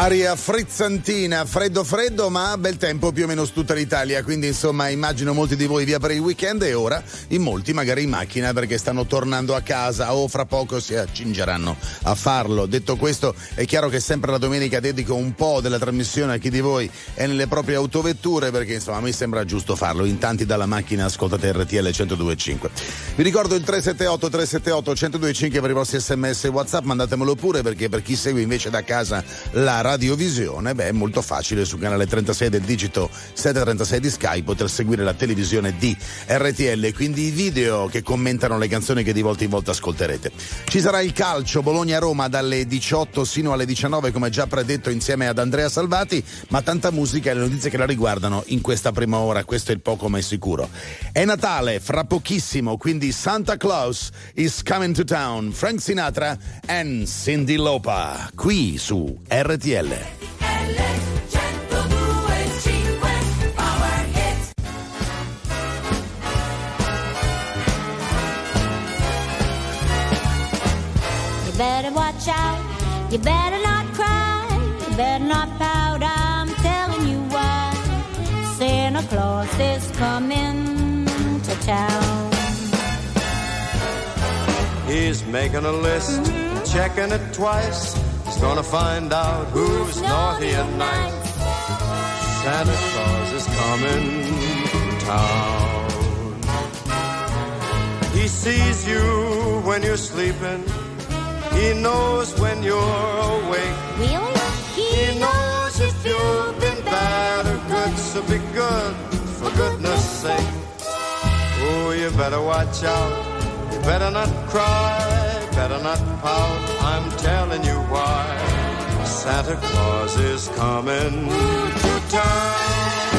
Aria frizzantina, freddo freddo, ma bel tempo più o meno su tutta l'Italia, quindi insomma immagino molti di voi via per il weekend e ora in molti magari in macchina perché stanno tornando a casa o fra poco si accingeranno a farlo. Detto questo, è chiaro che sempre la domenica dedico un po' della trasmissione a chi di voi è nelle proprie autovetture perché insomma mi sembra giusto farlo. In tanti dalla macchina ascoltate RTL 102.5. Vi ricordo il 378-378-1025 per i vostri sms e WhatsApp, mandatemelo pure perché per chi segue invece da casa la radiovisione, è molto facile sul canale 36 del digito 736 di Sky poter seguire la televisione di RTL, quindi i video che commentano le canzoni che di volta in volta ascolterete. Ci sarà il calcio Bologna-Roma dalle 18 sino alle 19 come già predetto insieme ad Andrea Salvati, ma tanta musica e le notizie che la riguardano in questa prima ora, questo è il poco ma è sicuro. È Natale fra pochissimo, quindi Santa Claus is coming to town, Frank Sinatra and Cyndi Lauper qui su RTL. You better watch out, you better not cry, you better not pout, I'm telling you why. Santa Claus is coming to town. He's making a list, checking it twice. He's gonna find out who's naughty and nice. Santa Claus is coming to town. He sees you when you're sleeping. He knows when you're awake. Really? He knows if you've been bad or good, so be good, for goodness sake. Oh, you better watch out. You better not cry, better not pout. I'm telling you why. Santa Claus is coming to town.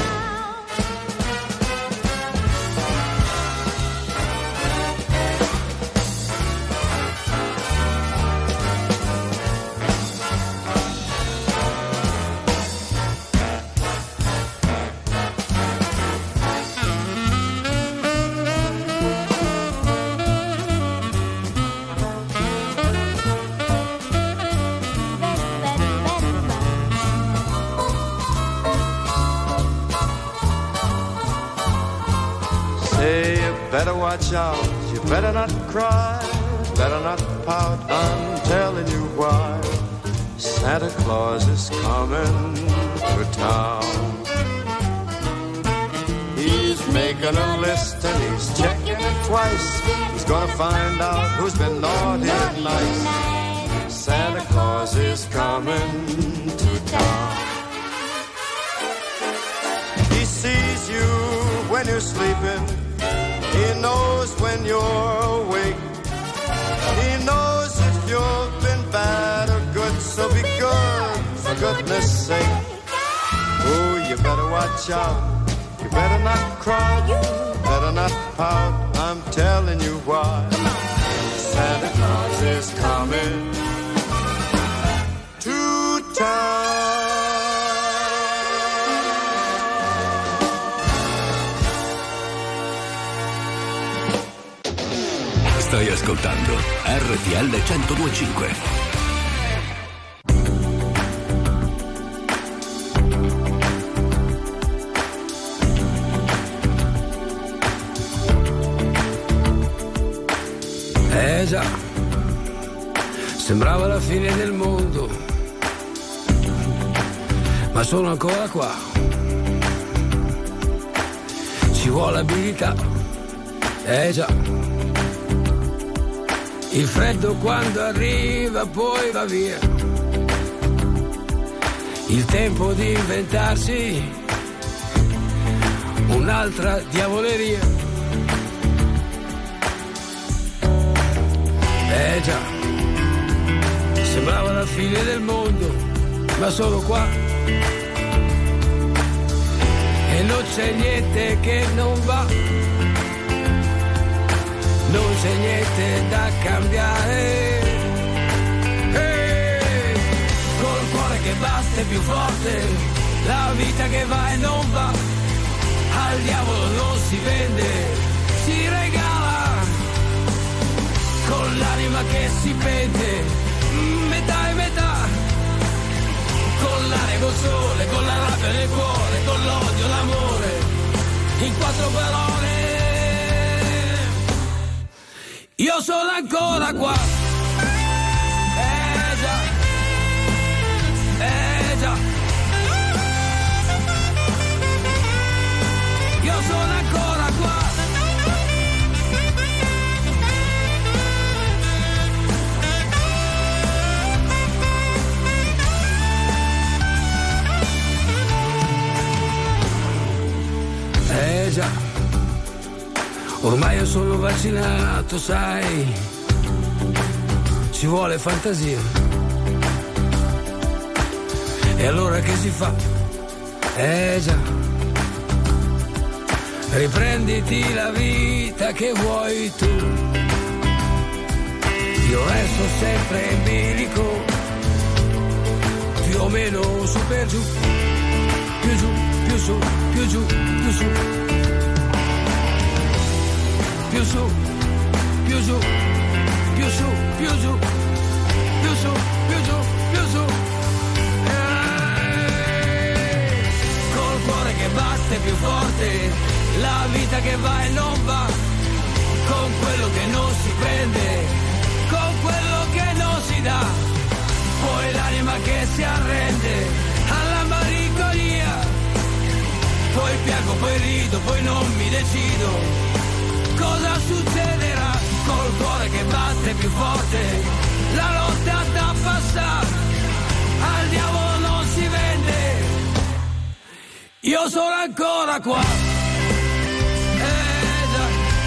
Better watch out, you better not cry, better not pout, I'm telling you why. Santa Claus is coming to town. He's making a list and he's checking it twice. He's gonna find out who's been naughty and nice. Santa Claus is coming to town. He sees you when you're sleeping. He knows when you're awake. He knows if you've been bad or good, so be good, for goodness sake. Oh, you better watch out. You better not cry, you better not pout. I'm telling you why. Santa Claus is coming to town. Stai ascoltando RTL 102.5. Già, sembrava la fine del mondo, ma sono ancora qua. Ci vuole abilità, già. Il freddo quando arriva poi va via. Il tempo di inventarsi un'altra diavoleria. Già, sembrava la fine del mondo, ma sono qua. E non c'è niente che non va. Non c'è niente da cambiare. Col cuore che batte più forte, la vita che va e non va. Al diavolo non si vende, si regala. Con l'anima che si pente, metà e metà. Con nel cuore, con l'odio, l'amore, in 4 parole. Io sono ancora qua. Già. Io sono ancora qua. Già, ormai io sono vaccinato, sai, ci vuole fantasia. E allora che si fa? Già, riprenditi la vita che vuoi tu. Io resto sempre in bilico, più o meno su per giù, più giù, più su, più giù, più su. Più su, più su, più su, più su, più su, più su, più su. Col cuore che batte più forte, la vita che va e non va, con quello che non si prende, con quello che non si dà, poi l'anima che si arrende alla malinconia, poi piango, poi rido, poi non mi decido. Cosa succederà col cuore che batte più forte? La lotta da passare, al diavolo non si vende. Io sono ancora qua. Già.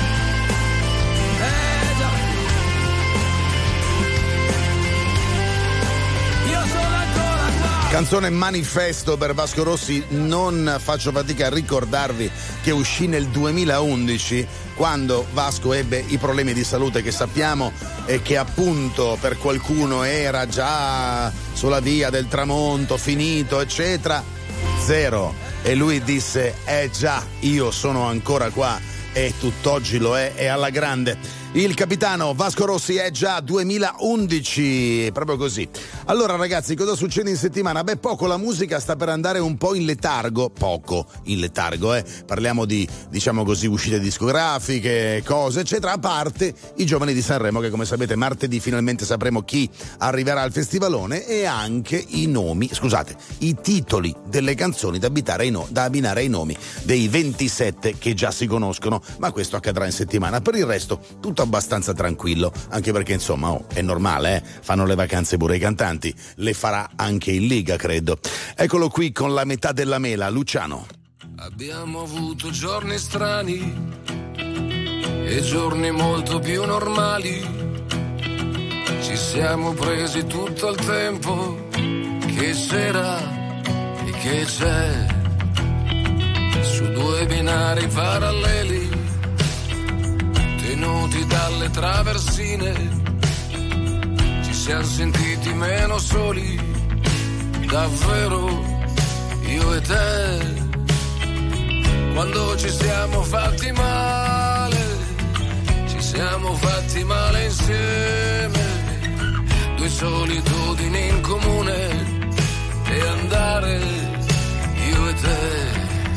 Io sono ancora qua. Canzone manifesto per Vasco Rossi, non faccio fatica a ricordarvi che uscì nel 2011, quando Vasco ebbe i problemi di salute che sappiamo e che appunto per qualcuno era già sulla via del tramonto, finito, eccetera. Zero. E lui disse: già, io sono ancora qua, e tutt'oggi lo è alla grande. Il capitano Vasco Rossi è già 2011, proprio così. Allora ragazzi, cosa succede in settimana? Beh, poco, la musica sta per andare un po' in letargo, poco in letargo, parliamo di, diciamo così, uscite discografiche, cose eccetera, a parte i giovani di Sanremo, che come sapete martedì finalmente sapremo chi arriverà al festivalone, e anche i nomi, scusate, i titoli delle canzoni da abbinare ai nomi dei 27 che già si conoscono, ma questo accadrà in settimana. Per il resto tutto abbastanza tranquillo, anche perché insomma è normale, fanno le vacanze pure i cantanti, le farà anche in Liga, credo. Eccolo qui con la metà della mela, Luciano. Abbiamo avuto giorni strani e giorni molto più normali, ci siamo presi tutto il tempo che c'era e che c'è, su 2 binari paralleli tenuti dalle traversine, ci siamo sentiti meno soli, davvero, io e te. Quando ci siamo fatti male insieme, 2 solitudini in comune, e andare, io e te.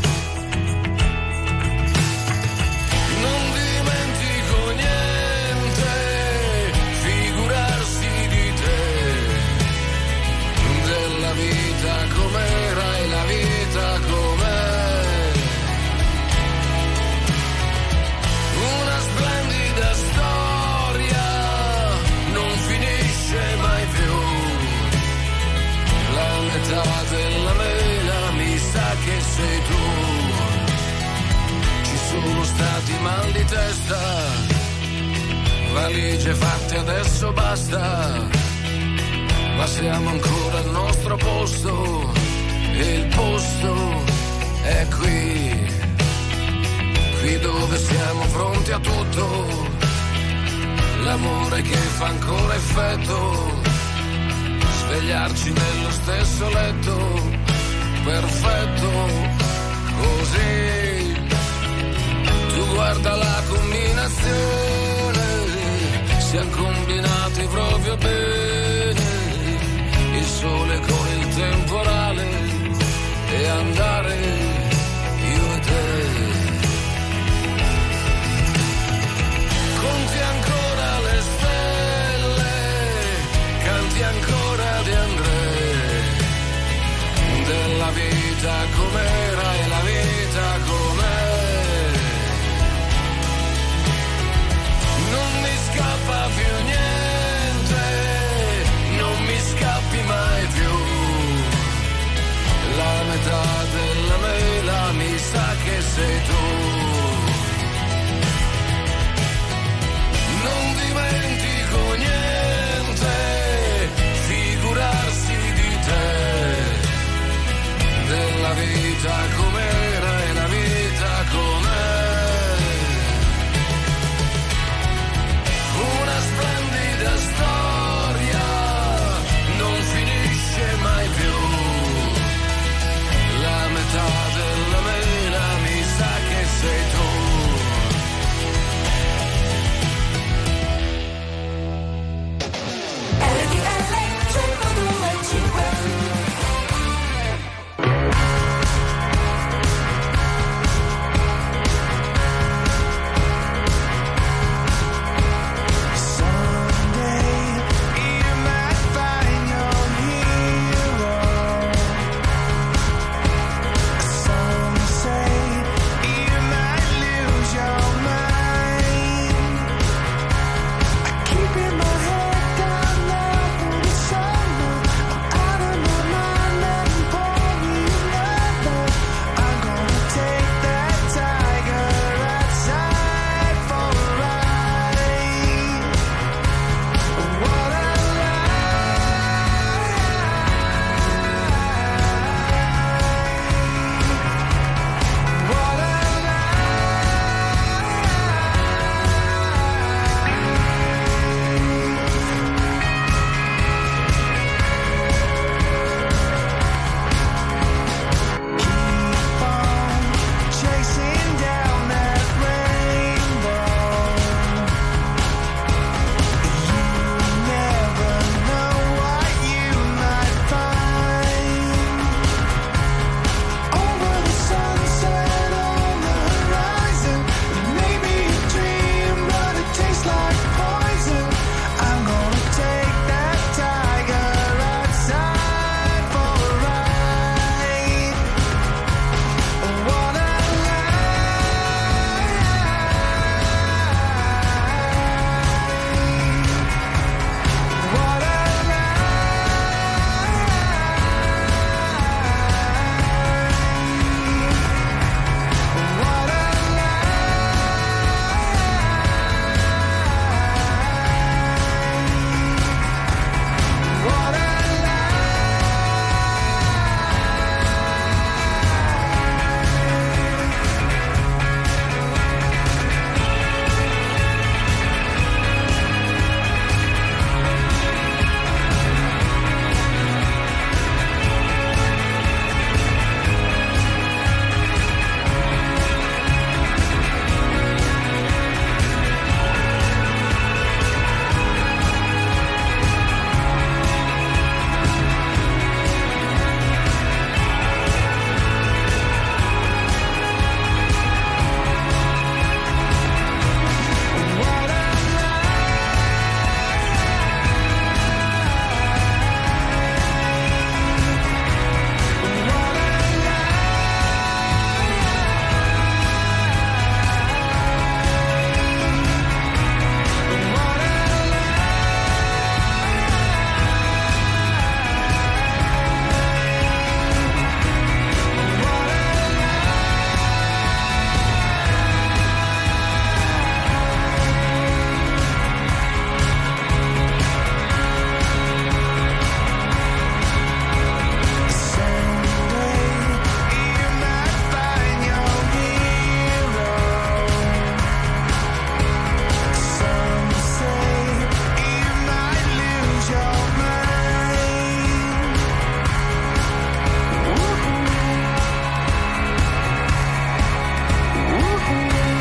Com'era e la vita com'è, una splendida storia, non finisce mai più, la metà della mela mi sa che sei tu. Ci sono stati mal di testa, valigie fatte, adesso basta, ma siamo ancora al nostro posto, e il posto è qui dove siamo pronti a tutto, l'amore che fa ancora effetto, svegliarci nello stesso letto, perfetto, così. Tu guarda la combinazione, siamo combinati proprio bene, il sole con il temporale, e andare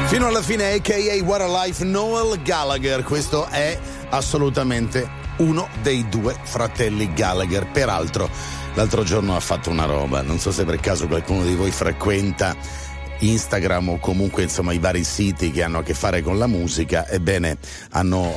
Fino alla fine, a.k.a. What a Life, Noel Gallagher. Questo è assolutamente uno dei due fratelli Gallagher. Peraltro, l'altro giorno ha fatto una roba, non so se per caso qualcuno di voi frequenta Instagram o comunque insomma i vari siti che hanno a che fare con la musica. Ebbene, hanno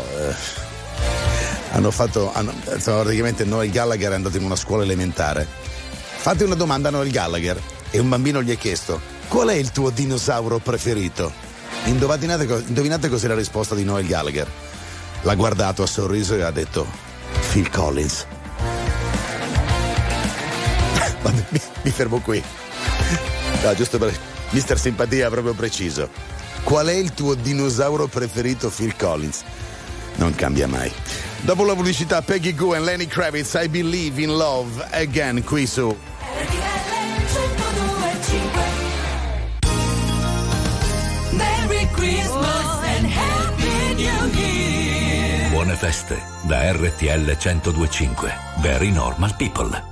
praticamente Noel Gallagher è andato in una scuola elementare. Fate una domanda a Noel Gallagher e un bambino gli ha chiesto: qual è il tuo dinosauro preferito? Indovinate cos'è la risposta di Noel Gallagher. L'ha guardato, ha sorriso e ha detto: Phil Collins. Mi fermo qui. No, giusto per Mister Simpatia proprio preciso. Qual è il tuo dinosauro preferito, Phil Collins? Non cambia mai. Dopo la pubblicità, Peggy Gou e Lenny Kravitz, I Believe in Love Again, qui su Merry Christmas and Happy New Year. Buone feste da RTL 102.5. Very Normal People.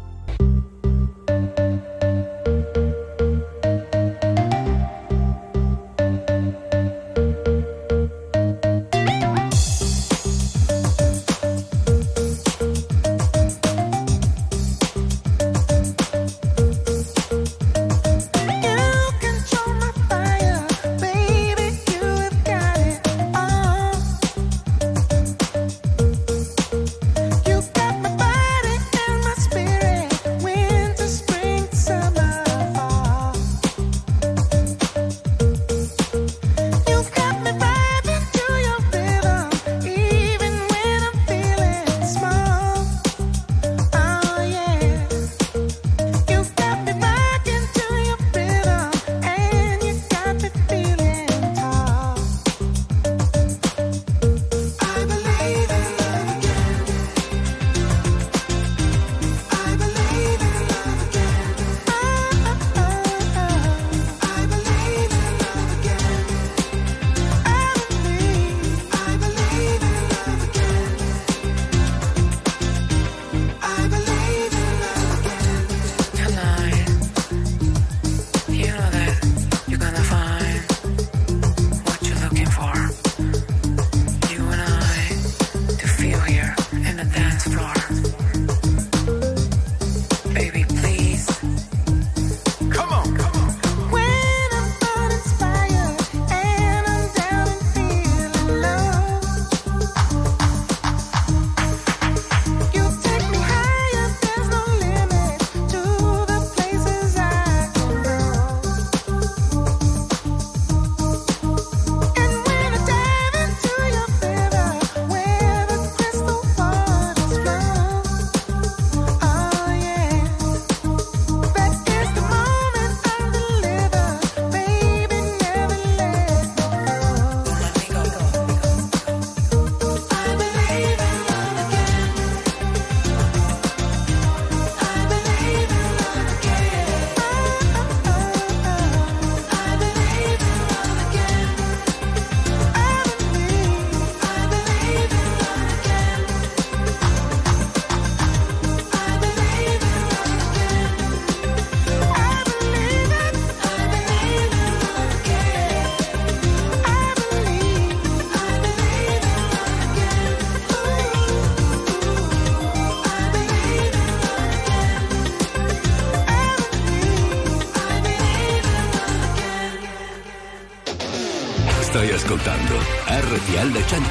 Stai ascoltando RTL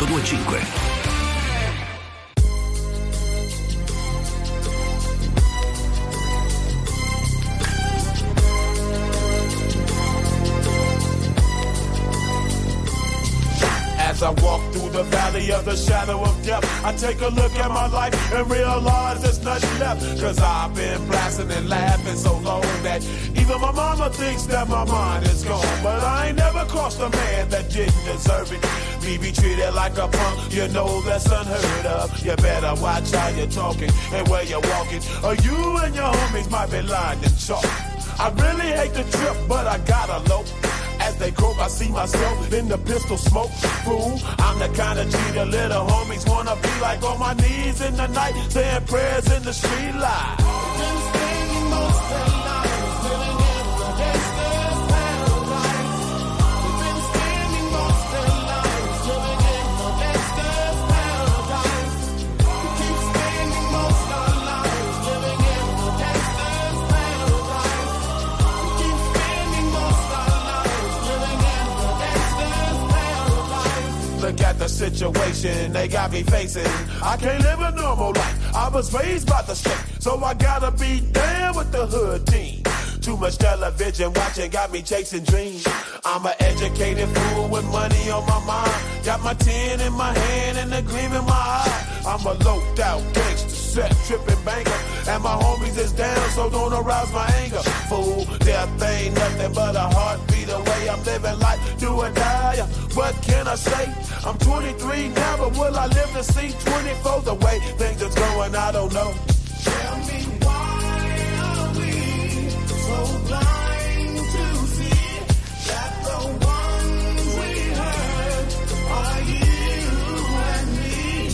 102.5. As I walk through the valley of the shadow of death, I take a look at my life and realize there's nothing left. Cause I've been blasting and laughing so long that even my mama thinks that my mind is gone. But I ain't never crossed a man that didn't deserve it. Me be treated like a punk, you know that's unheard of. You better watch how you're talking and where you're walking, or you and your homies might be lying in chalk. I really hate the trip, but I gotta low. As they croak, I see myself in the pistol smoke. Fool, I'm the kind of G the little homies wanna be like, on my knees in the night, saying prayers in the street light. Been spending most of the night living in the gangster's paradise. We've been situation they got me facing. I can't live a normal life. I was raised by the street, so I gotta be down with the hood team. Too much television watching got me chasing dreams. I'm an educated fool with money on my mind. Got my 10 in my hand and a gleam in my eye. I'm a loped out gangster, set tripping banker, and my homies is down, so don't arouse my anger. Fool, death ain't nothing but a heartbeat away. I'm living life, do or die. What can I say? I'm 23 now, but will I live to see 24? The way things is going, I don't know. Tell me why are we so blind to see that the ones we hurt are you and me?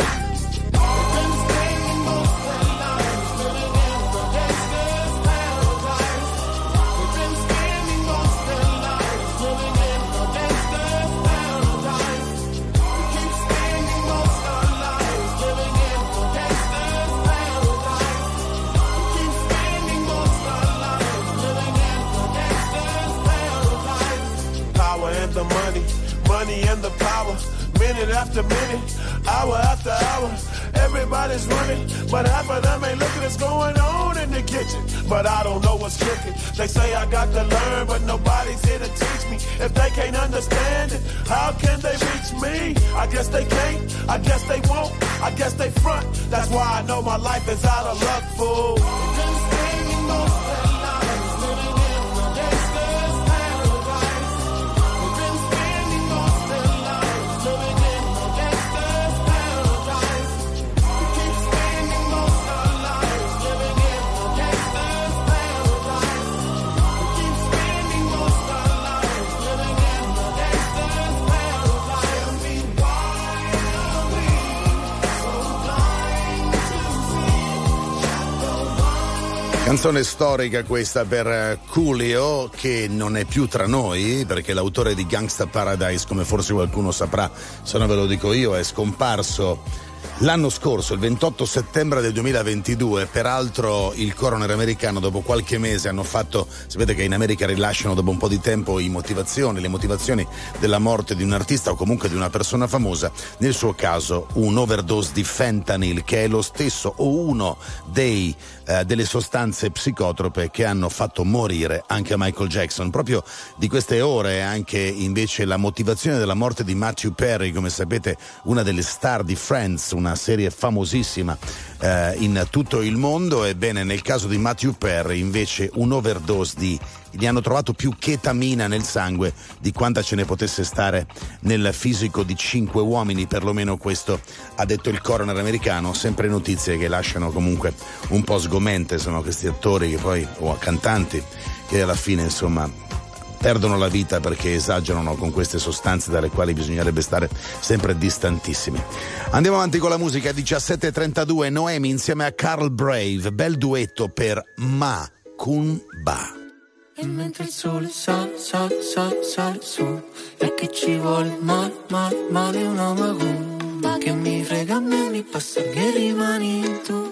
We've been spending most of our lives living in the gangster's paradise. We've been spending most of our lives living in the gangster's paradise. We keep spending most of our lives living in the gangster's paradise. We keep spending most of our lives living in the gangster's paradise. Power and the money, money and the power. Minute after minute, hour after hour, everybody's running, but half of them ain't looking what's going on in the kitchen. But I don't know what's cooking. They say I got to learn, but nobody's here to teach me. If they can't understand it, how can they reach me? I guess they can't, I guess they won't, I guess they front. That's why I know my life is out of luck, fool. We've been spending most of our lives living in the gangster's paradise. We've been spending most of our lives living in the gangster's paradise. We keep spending most of our lives living in the gangster's paradise. We keep spending most of our lives living in the gangster's paradise. Tell me why are we so blind to see that the one. Canzone storica questa per Coolio, che non è più tra noi perché l'autore di Gangsta Paradise, come forse qualcuno saprà, se no ve lo dico io, è scomparso l'anno scorso, il 28 settembre del 2022. Peraltro il coroner americano dopo qualche mese hanno fatto, sapete che in America rilasciano dopo un po' di tempo le motivazioni della morte di un artista o comunque di una persona famosa, nel suo caso un overdose di fentanyl, che è lo stesso o uno delle sostanze psicotrope che hanno fatto morire anche Michael Jackson. Proprio di queste ore anche invece la motivazione della morte di Matthew Perry, come sapete una delle star di Friends, una serie famosissima in tutto il mondo. Ebbene, nel caso di Matthew Perry invece un overdose gli hanno trovato più chetamina nel sangue di quanta ce ne potesse stare nel fisico di 5 uomini, perlomeno questo ha detto il coroner americano. Sempre notizie che lasciano comunque un po' sgomente, sono questi attori che poi, o cantanti, che alla fine insomma perdono la vita perché esagerano con queste sostanze dalle quali bisognerebbe stare sempre distantissimi. Andiamo avanti con la musica. 17:32, Noemi insieme a Carl Brave, bel duetto per Ma Kun Ba. E mentre il sole sale, sale, sale, sale su, e che ci vuole male, male, male una macumba, che mi frega a me, mi passa che rimani tu.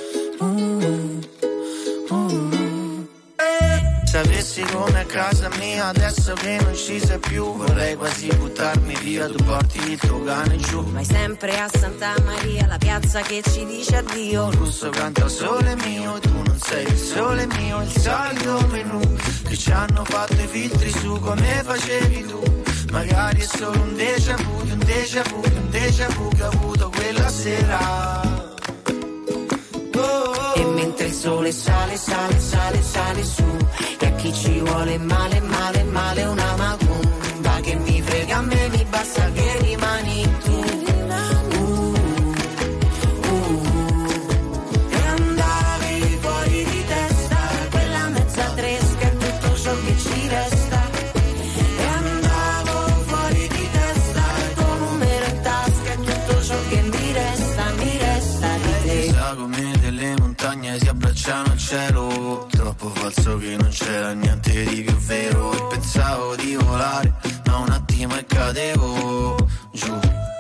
Sapessi come a casa mia adesso che non ci sei più, vorrei quasi buttarmi via, tu porti il tuo cane giù. Vai sempre a Santa Maria, la piazza che ci dice addio. Il russo canta sole mio, tu non sei il sole mio, il solito menù che ci hanno fatto i filtri su come facevi tu. Magari è solo un déjà vu, un déjà vu, un déjà vu che ho avuto quella sera. E mentre il sole sale, sale, sale, sale su, e a chi ci vuole male, male, male una macumba, che mi frega a me, mi basta che rimani tu. E andavi fuori di testa, quella mezza tresca è tutto ciò che ci resta. E andavo fuori di testa, il tuo numero in tasca è tutto ciò che mi resta di te. Sagome delle montagne si abbracciano al cielo, troppo falso che non c'era niente di più vero. E pensavo di volare, ma un attimo e cadevo giù.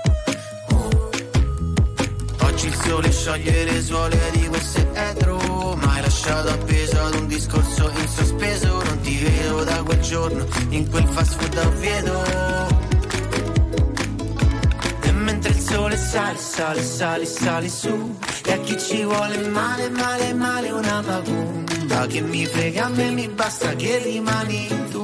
Oggi il sole scioglie le suole di questo etro, ma hai lasciato appeso ad un discorso in sospeso. Non ti vedo da quel giorno in quel fast food a Oviedo. mentre il sole sale, sale, sale, sale su. E a chi ci vuole male, male, male una macumba. Che mi frega a me, mi basta che rimani tu.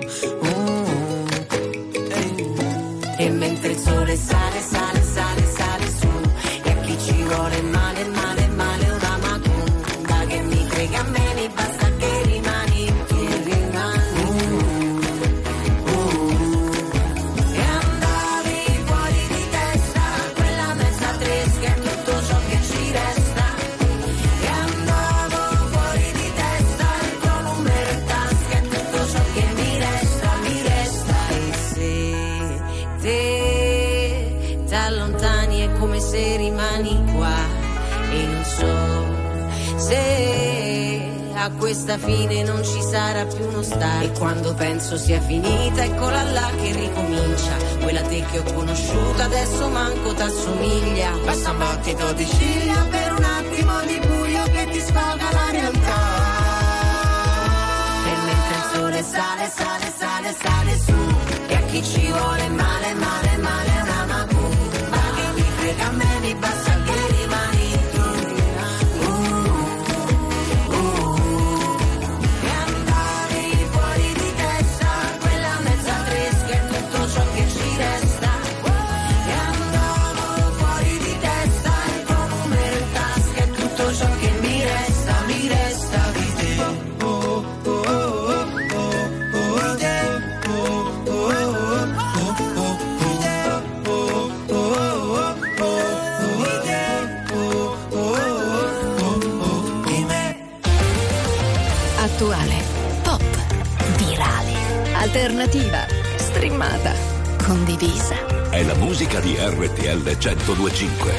E mentre il sole sale, sale, sale, sale su. E a chi ci vuole male, male, male una macumba. Che mi frega a me, mi basta che rimani tu. E andavi fuori di testa, quella mezza tresca è tutto ciò che ci resta. E andavo fuori di testa, il tuo numero in tasca è tutto ciò che mi resta, mi resta. E se te t'allontani è come se rimani qua. E non so se a questa fine non ci sarà più uno stare. E quando penso sia finita, eccola là che ricomincia. Quella te che ho conosciuta adesso manco t'assomiglia. Basta un battito di ciglia per un attimo di buio che ti sfoga la realtà. E mentre il sole sale, sale, sale, sale su. E a chi ci vuole male, male, male una macumba. Che mi frega a me, mi basta che rimani tu. E andavi fuori di testa, quella mezza tresca è tutto ciò che ci resta. E andavo fuori di testa, il tuo numero in tasca è tutto ciò che mi resta di te. Oh, oh, oh, oh, oh, di te. Oh, oh, oh, Attuale, pop, virale, alternativa, streamata, condivisa. È la musica di RTL 102.5.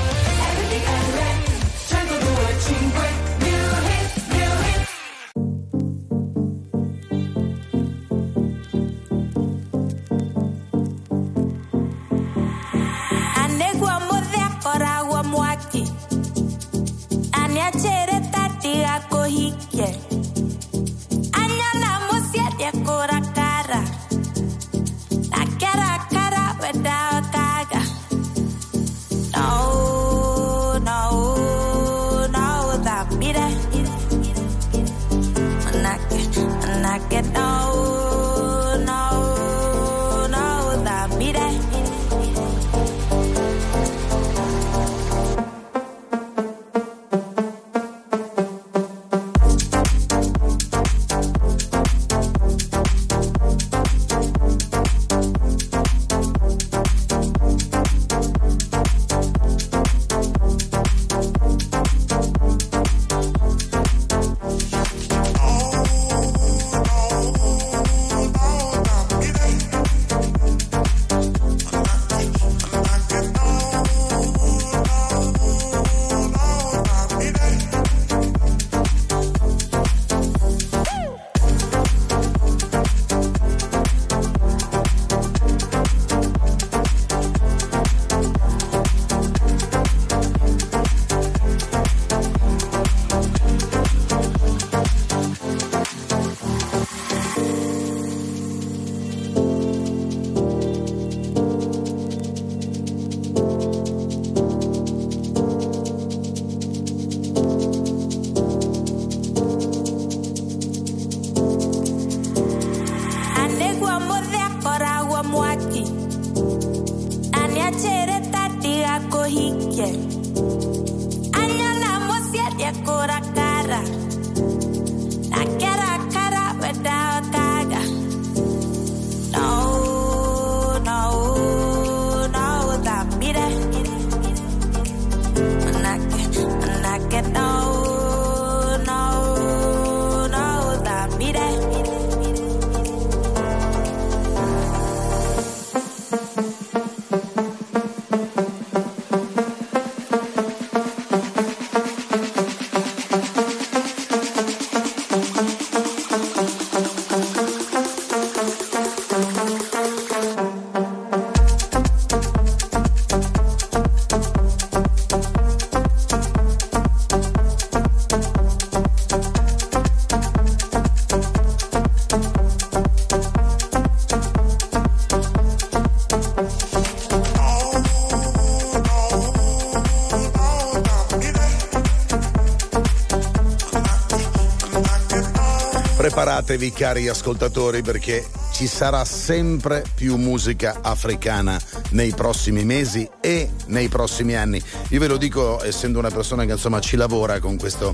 Preparatevi cari ascoltatori, perché ci sarà sempre più musica africana nei prossimi mesi e nei prossimi anni. Io ve lo dico essendo una persona che insomma ci lavora con questo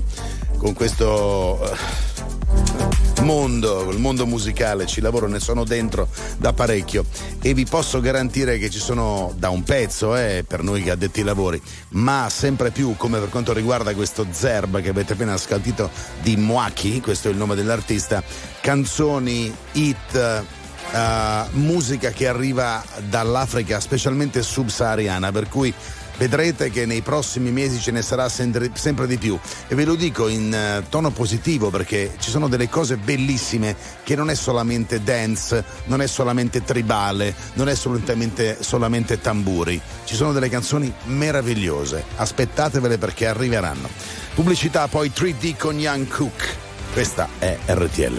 mondo, il mondo musicale, ci lavoro, ne sono dentro da parecchio e vi posso garantire che ci sono da un pezzo per noi che addetti ai lavori, ma sempre più, come per quanto riguarda questo Zerb che avete appena ascoltato di Mwaki, questo è il nome dell'artista, canzoni, hit, musica che arriva dall'Africa, specialmente subsahariana, per cui vedrete che nei prossimi mesi ce ne sarà sempre di più, e ve lo dico in tono positivo, perché ci sono delle cose bellissime che non è solamente dance, non è solamente tribale, non è solamente tamburi, ci sono delle canzoni meravigliose, aspettatevele perché arriveranno. Pubblicità, poi 3D con Young Cook. Questa è RTL.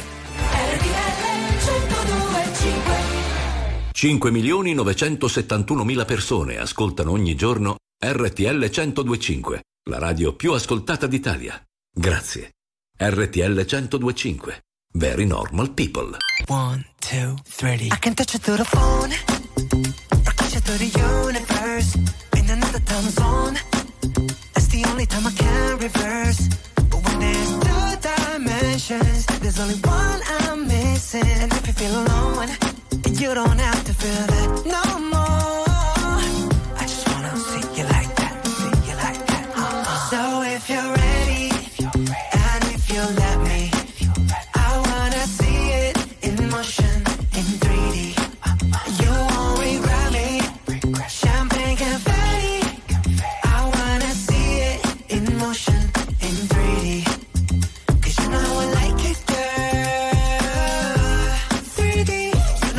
5.971.000 persone ascoltano ogni giorno RTL 102.5, la radio più ascoltata d'Italia. Grazie. RTL 102.5. Very normal people. 1, 2, 3. I can touch it through the phone, or catch it through the universe, in another time zone. That's the only time I can reverse. But when there's two dimensions, there's only one I'm missing. And if you feel alone, you don't have to feel that no more. I just wanna see you like that, see you like that. So if you're ready, and if you let me, I wanna see it in motion, in 3D. You won't regret me. Champagne confetti. I wanna see it in motion, in 3D. 'Cause you know I like it, girl. 3D.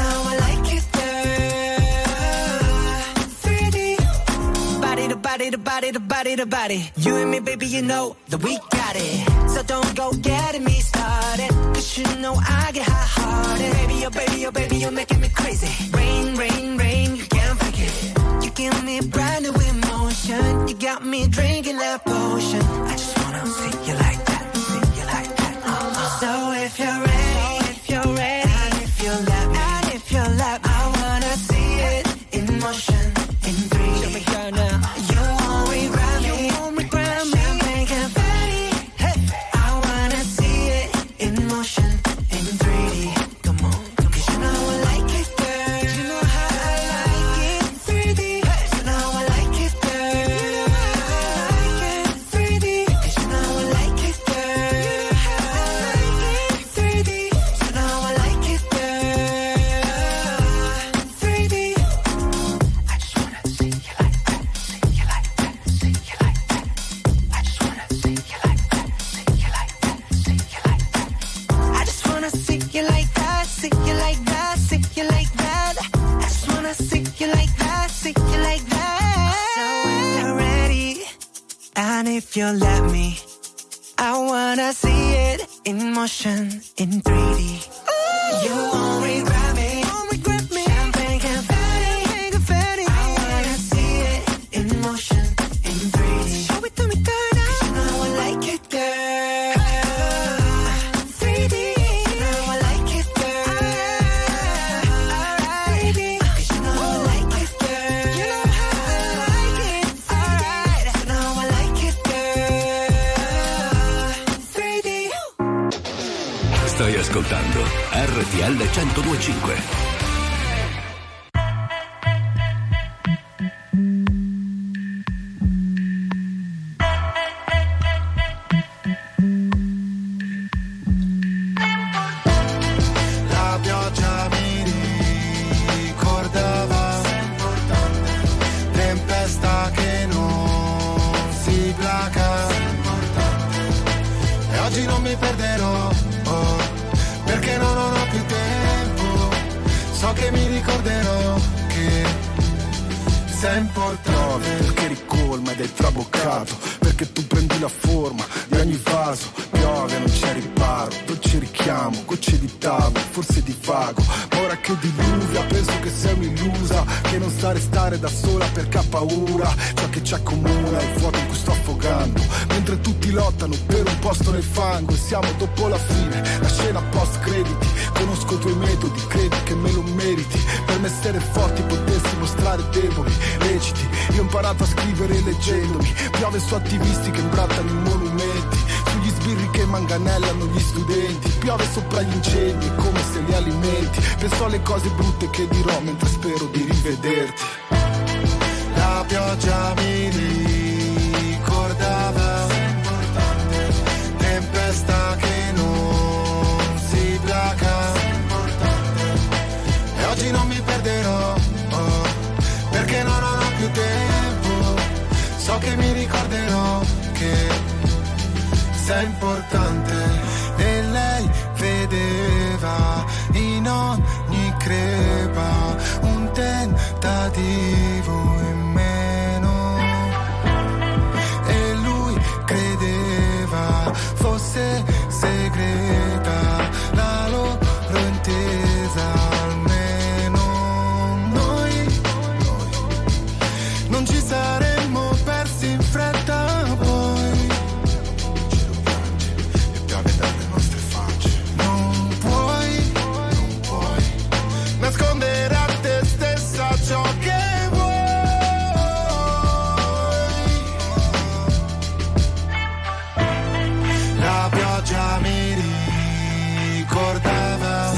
The body. You and me, baby, you know that we got it. So don't go getting me started, 'cause you know I get hot-hearted. Baby, oh baby, you're making me crazy. Rain, you can't fake it. You give me brand new emotion. You got me drinking that potion. I just wanna see you like that, see you like that. So if you're ready, and if you let me, I wanna see it in motion, in 3D. Show me girl now. You won't regret me. Champagne confetti. Hey. I wanna see it in motion, in 3D. Come on, 'cause you know I like it, girl. You know how I like it, 3D. Hey. You know I like it, girl. You know how I like it, 3D. 'Cause you know I like it, girl. You know how I like it, 3D. You know I like it, girl. 3D. I just wanna see you like that, see you like that, see you like that. I just wanna see you like that, see you like that, see you like that. I just wanna see you like that, see you like that, see you like that. I just wanna see you like that, see you like that. So if you're ready, and if you let me, I wanna see it in motion, in 3D. You won't regret me. Champagne confetti. I wanna see it in motion, in 3D. Show it to me, girl, now. 'Cause you know I like it, girl. 3D. You know I like it, girl. Alright. 3D. 'Cause you know I like it, girl. You know how I like it. Alright. You know I like it, girl. 3D. Stai ascoltando RTL 102.5. La pioggia mi ricordava tempesta che non si placa, e oggi non mi perderò, perché non ho più tempo. So che mi ricorderò che sei importante, perché ricolma ed è traboccato, perché tu prendi la forma di ogni vaso. Piove, non c'è riparo, dolce richiamo, gocce di tavolo, forse di vago. Ma ora che diluvia penso che sei un'illusa, che non sta a restare stare da sola perché ha paura. Ciò che ci accomuna è il vuoto in cui sto affogando, mentre tutti lottano per un posto nel fango. E siamo dopo la fine, la scena post crediti. Conosco i tuoi metodi, credi che me lo meriti. Per me essere forti potessi mostrare deboli. Reciti, io ho imparato a scrivere leggendomi. Piove su attivisti che imbrattano i monumenti, sugli sbirri che manganellano gli studenti. Piove sopra gli incendi, è come se li alimenti. Penso alle cose brutte che dirò mentre spero di rivederti. La pioggia mi ricordava, tempesta che non si placa. E oggi non mi perderò, perché non ho più tempo. So che mi ricorderò che sei importante. E lei vedeva in ogni crepa un tentativo in meno, e lui credeva fosse segreta la loro intesa. Almeno noi non ci saremmo persi in fretta. Poi e piove dalle nostre facce. Non puoi nascondere a te stessa ciò che vuoi. La pioggia mi ricordava,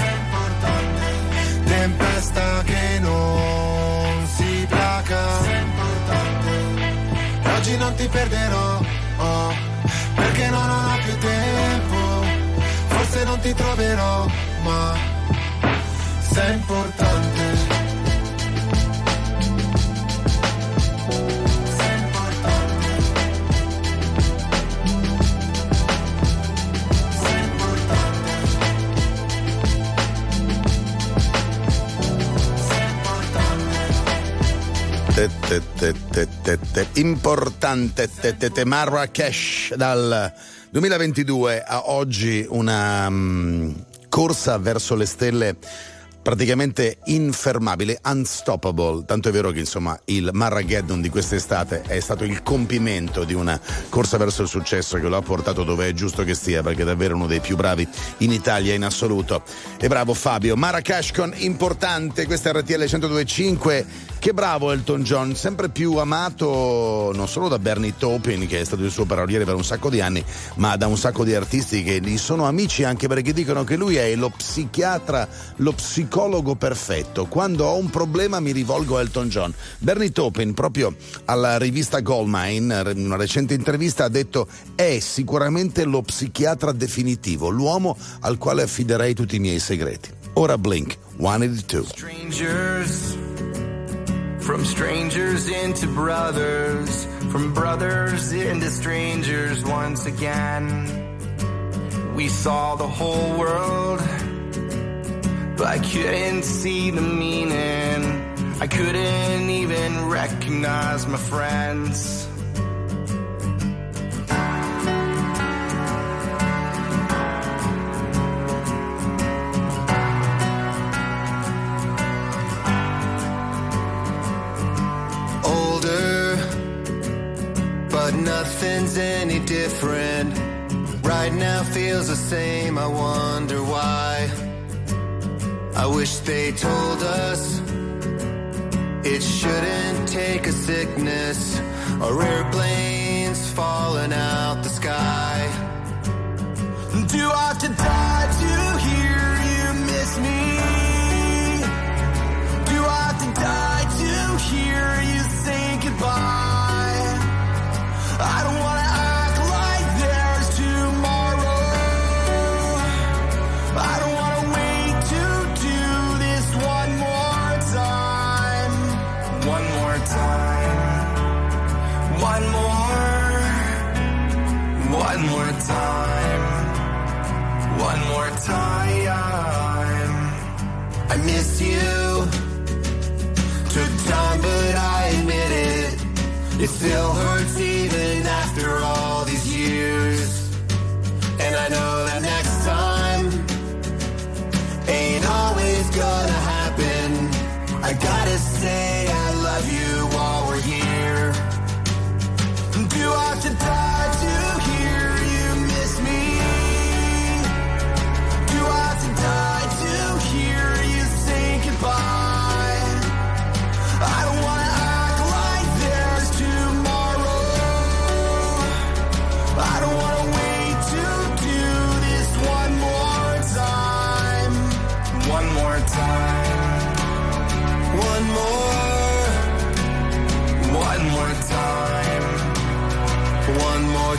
tempesta che non si placa. Oggi non ti perderò, perché non ho più tempo. Forse non ti troverò, ma sei importante. Importante Marrakesh. Dal 2022 a oggi una corsa verso le stelle praticamente infermabile, unstoppable, tanto è vero che insomma il Marrageddon di quest'estate è stato il compimento di una corsa verso il successo che lo ha portato dove è giusto che stia, perché è davvero uno dei più bravi in Italia in assoluto. E bravo Fabio. Marrakesh con Importante, questa è RTL 102.5. Che bravo Elton John, sempre più amato non solo da Bernie Taupin, che è stato il suo paroliere per un sacco di anni, ma da un sacco di artisti che gli sono amici, anche perché dicono che lui è lo psichiatra, lo psicologo perfetto. Quando ho un problema mi rivolgo a Elton John. Bernie Taupin, proprio alla rivista Goldmine, in una recente intervista, ha detto: è sicuramente lo psichiatra definitivo, l'uomo al quale affiderei tutti i miei segreti. Ora Blink 182. Strangers, from strangers into brothers, from brothers into strangers once again. We saw the whole world, but I couldn't see the meaning. I couldn't even recognize my friends. Older, but nothing's any different. Right now feels the same, I wonder why. I wish they told us it shouldn't take a sickness or airplanes falling out the sky. Do I have to die to hear you miss me? Do I have to die to hear you say goodbye? I don't wanna act like there's tomorrow. I don't wanna wait to do this one more time. One more time. One more. One more time. One more time. I miss you. Took time, but I admit it. It still hurts even after all these years. And I know that next time ain't always gonna happen. I gotta say I love you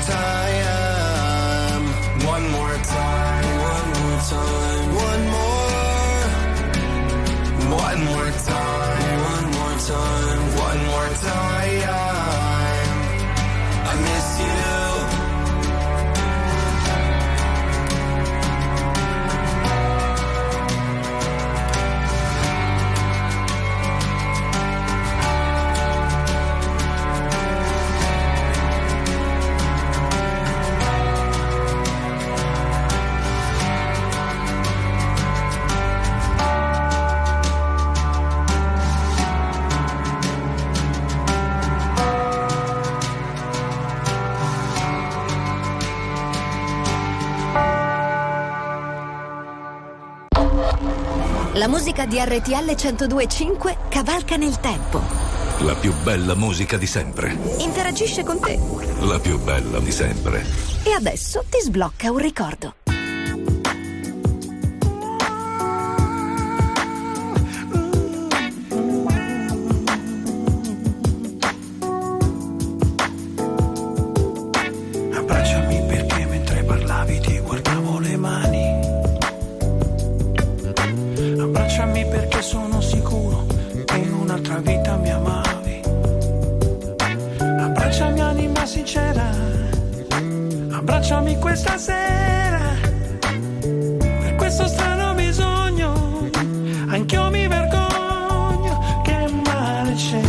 time. One more time. One more time. One more. One more time. One more time. One more time. I miss you. La musica di RTL 102.5 cavalca nel tempo. La più bella musica di sempre. Interagisce con te. La più bella di sempre. E adesso ti sblocca un ricordo. Abbracciami perché mentre parlavi ti guardavo le mani. Abbracciami perché sono sicuro che in un'altra vita mi amavi. Abbracciami anima sincera, abbracciami questa sera. Per questo strano bisogno, anch'io mi vergogno. Che male c'è,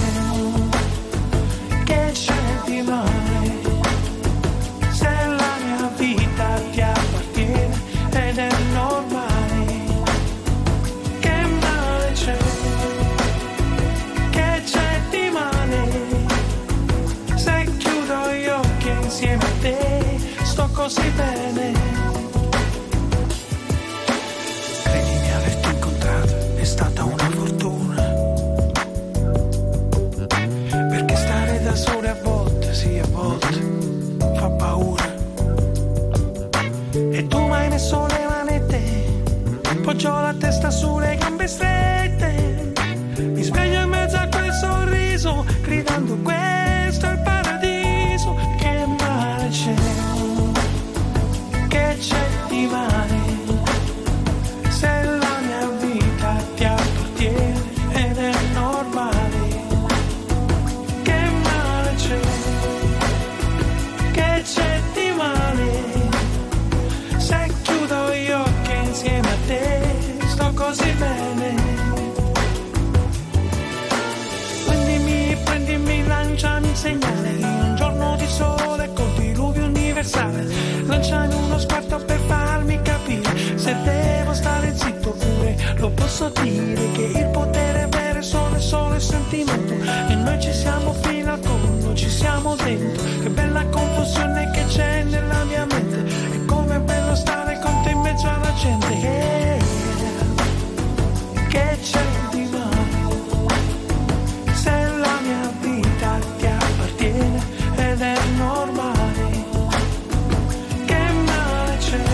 che c'è di male, se la mia vita ti appartiene ed è normale. Insieme a te sto così bene. Credimi, averti incontrato è stata una fortuna, perché stare da sole a volte, sì a volte, fa paura. E tu mai messo le manette, poggio la testa sulle gambe strette, mi sveglio in mezzo a quel sorriso, gridando questo è il paradiso. Che c'è di male, se la mia vita ti appartiene ed è normale. Che male c'è, che c'è di male, se chiudo gli occhi insieme a te sto così bene. Prendimi, lanciami un segnale in un giorno di sole col diluvio universale. Lanciami uno sguardo per farmi capire se devo stare zitto oppure lo posso dire che il potere vero è solo il sentimento. E noi ci siamo fino al collo, ci siamo dentro. Che bella confusione che c'è nella mia mente. E com'è bello stare con te in mezzo alla gente. Che c'è di male, se la mia vita ti appartiene ed è normale. Che male c'è,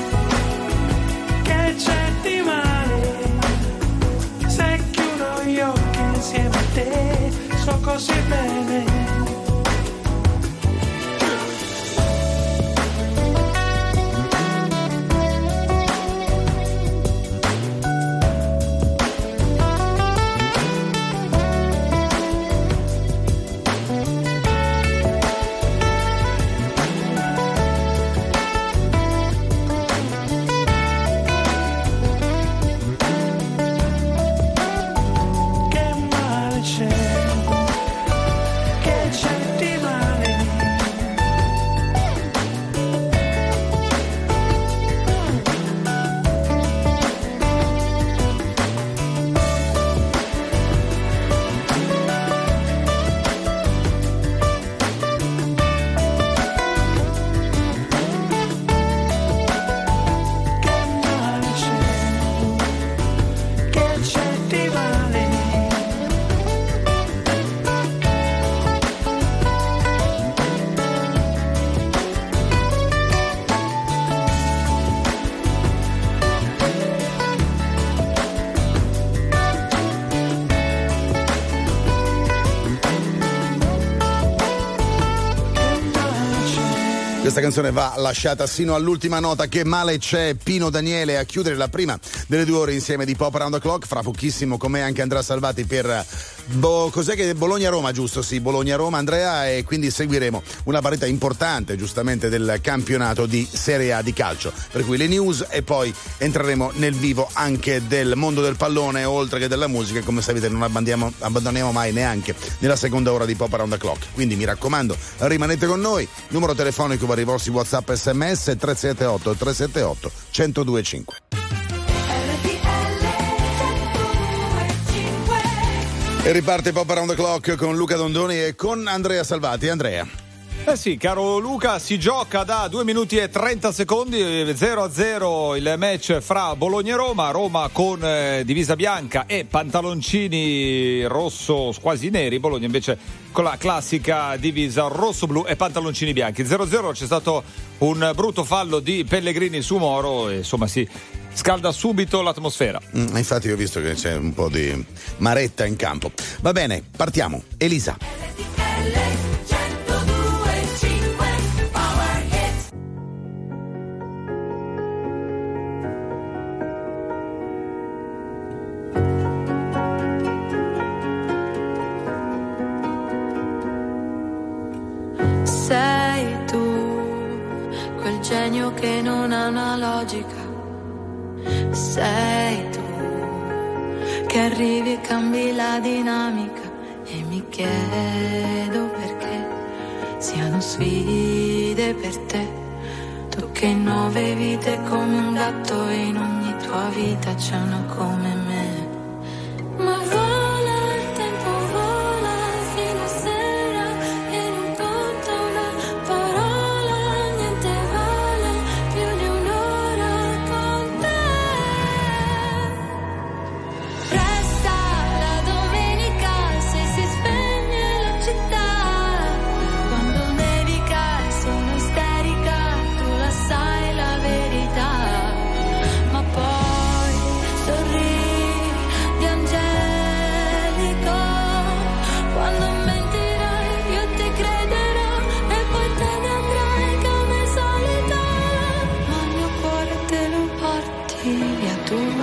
che c'è di male, se chiudo gli occhi insieme a te sto così bene. Che Questa canzone va lasciata sino all'ultima nota. Che male c'è, Pino Daniele a chiudere la prima delle 2 ore insieme di Pop Around the Clock. Fra pochissimo con me anche Andrea Salvati per cos'è che Bologna-Roma, giusto? Sì, Bologna-Roma, Andrea, e quindi seguiremo una partita importante giustamente del campionato di Serie A di calcio, per cui le news e poi entreremo nel vivo anche del mondo del pallone oltre che della musica. Come sapete non abbandoniamo mai neanche nella seconda ora di Pop Around the Clock, quindi mi raccomando rimanete con noi. Numero telefonico per i vostri WhatsApp SMS 378 378 1025. E riparte Pop Around the Clock con Luca Dondoni e con Andrea Salvati. Andrea. Eh sì, caro Luca, si gioca da 2 minuti e 30 secondi, 0-0 il match fra Bologna e Roma. Roma con divisa bianca e pantaloncini rosso quasi neri, Bologna invece con la classica divisa rosso-blu e pantaloncini bianchi. 0-0, c'è stato un brutto fallo di Pellegrini su Moro e insomma si scalda subito l'atmosfera. Infatti io ho visto che c'è un po' di maretta in campo. Va bene, partiamo. Elisa. Sei tu, quel genio che non ha una logica. Sei tu, che arrivi e cambi la dinamica. E mi chiedo perché siano sfide per te. Tu che in 9 vite come un gatto e in ogni tua vita c'è una come me. Ma vola il tempo, vola fino a sera e non conta una parola, niente vale più di un'ora con te. Resta la domenica se si spegne la città, quando nevica e sono isterica, tu la sai la verità, ma poi sorridi angelico, quando mentirai io ti crederò e poi te ne andrai come solita, ma il mio cuore te lo porti via tu.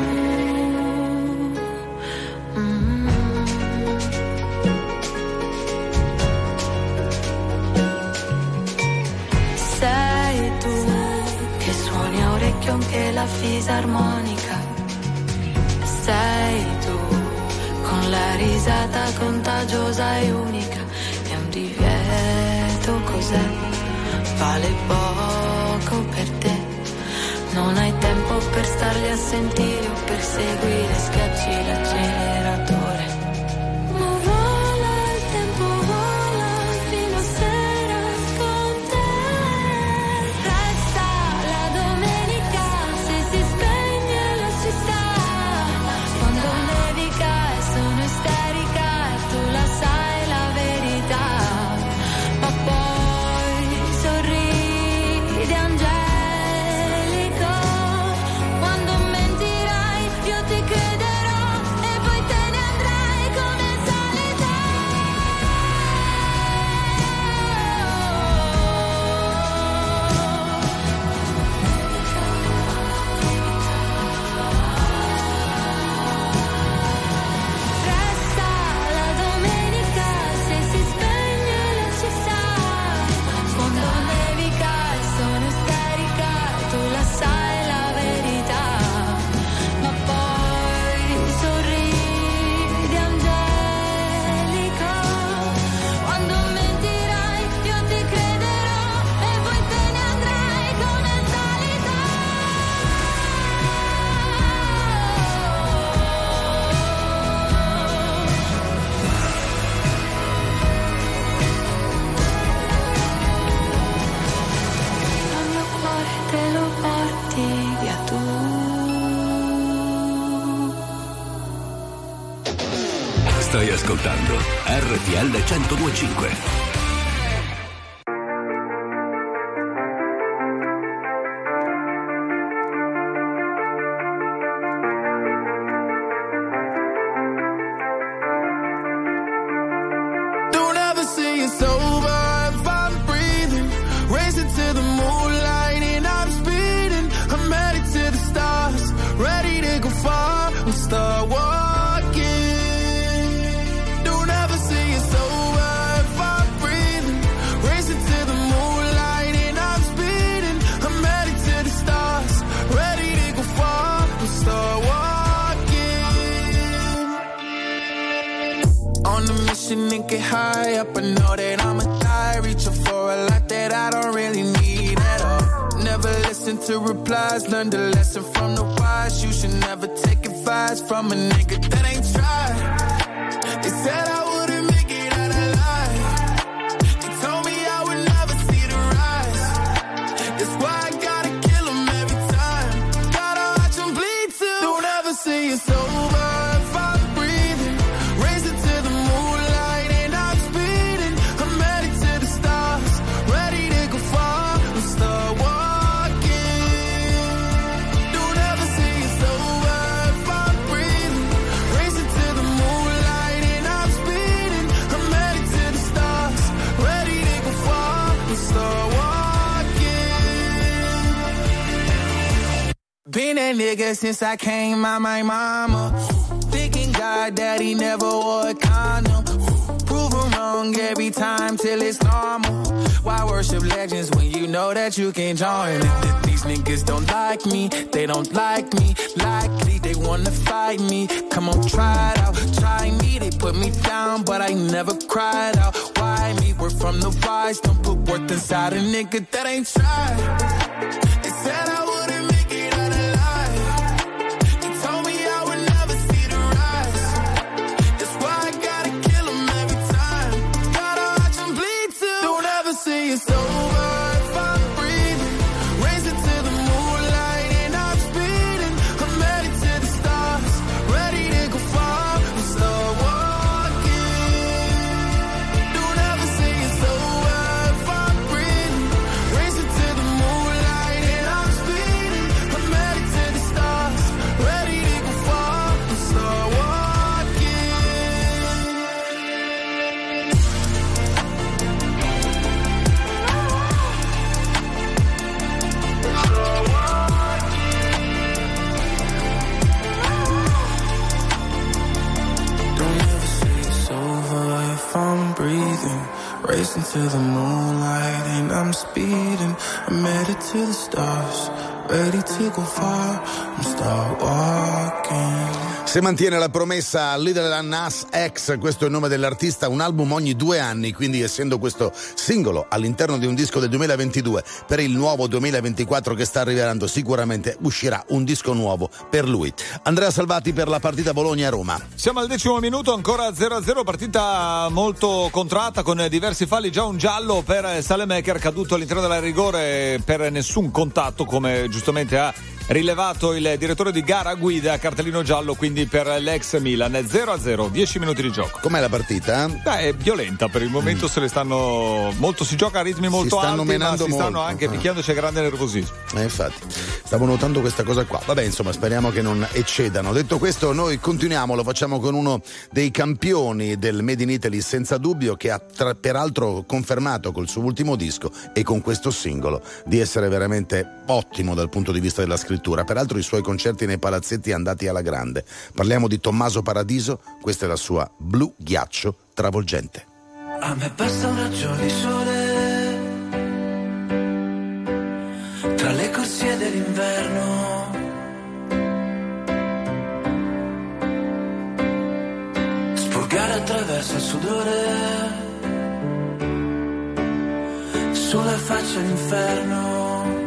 Sei tu che suoni a orecchio anche la fisarmonica. Sei tu con la risata contagiosa e unica. È un divieto, cos'è? Vale poco per te. Non hai tempo per starli a sentire o per seguire, schiacci l'acceleratore. Ma vola il tempo, vola fino a sera con te. Resta la domenica se si spegne la città, quando nevica e sono isterica e tu la sai la verità, ma poi sorridi angelico, quando mentirai io ti crederò e poi te ne andrai come solita. Resta la domenica se si spegne la città, quando nevica e sono isterica tu la sai la verità, ma poi sorridi angelico, quando mentirai io ti crederò e poi te ne andrai come solita. Il mio cuore te lo porti via tu. Stai ascoltando RTL 1025. Don't ever say it's over if I'm breathing. Racing to the moon. On a mission and get high up. I know that I'ma die, reaching for a lot that I don't really need at all. Never listen to replies, learn the lesson from the wise. You should never take advice from a nigga that ain't tried. They said I wouldn't make it out alive. They told me I would never see the rise. That's why I gotta kill 'em every time. Gotta watch 'em bleed too. Don't ever say it's over if I'm breathing. Raise it to the moonlight and I'm speeding. I'm headed to the stars, ready to go far and start walking. Don't ever say it's over if I'm breathing. Raise it to the moonlight and I'm speeding. I'm headed to the stars, ready to go far and start walking. Been a nigga since I came out my mama. Thinking God that he never wore a condom. Prove him wrong every time till it's normal. Why worship legends when you know that you can join? These niggas don't like me, they don't like me. Likely they wanna fight me. Come on, try it out, try me. They put me down, but I never cried out. Why me? We're from the wise. Don't put worth inside a nigga that ain't tried. They said I wouldn't make it out alive. They told me I would never see the rise. That's why I gotta kill 'em every time. Gotta watch 'em bleed too. Don't ever say it's over if I'm breathing. Raise it to the moonlight and I'm speeding. I'm headed to the stars, ready to go far and start walking. Don't ever say it's over if I'm breathing. Raise it to the moonlight and I'm speeding. I'm headed to the stars, ready to go far and start walking. Don't ever say it's over if I'm breathing. Racing to the moonlight and I'm speeding. I'm headed to the stars, ready to go far and start walking. Se mantiene la promessa Little Nas X, questo è il nome dell'artista, un album ogni 2 anni, quindi essendo questo singolo all'interno di un disco del 2022, per il nuovo 2024 che sta arrivando sicuramente uscirà un disco nuovo per lui. Andrea Salvati per la partita Bologna-Roma. Siamo al 10° minuto, ancora 0-0, partita molto contratta con diversi falli, già un giallo per Salemaker caduto all'interno della rigore per nessun contatto, come giustamente ha rilevato il direttore di gara guida, cartellino giallo quindi per l'ex Milan. 0-0, 10 minuti di gioco. Com'è la partita? È violenta per il momento, se le stanno molto, si gioca a ritmi molto alti, ma si stanno anche picchiando, c'è grande nervosismo. Infatti, stavo notando questa cosa qua. Vabbè, insomma, speriamo che non eccedano. Detto questo, noi continuiamo, lo facciamo con uno dei campioni del Made in Italy senza dubbio, che ha peraltro confermato col suo ultimo disco e con questo singolo di essere veramente ottimo dal punto di vista della scrittura. Peraltro i suoi concerti nei palazzetti andati alla grande. Parliamo di Tommaso Paradiso, questa è la sua Blu Ghiaccio Travolgente. A me basta un raggio di sole tra le corsie dell'inverno, spurgare attraverso il sudore sulla faccia l'inferno.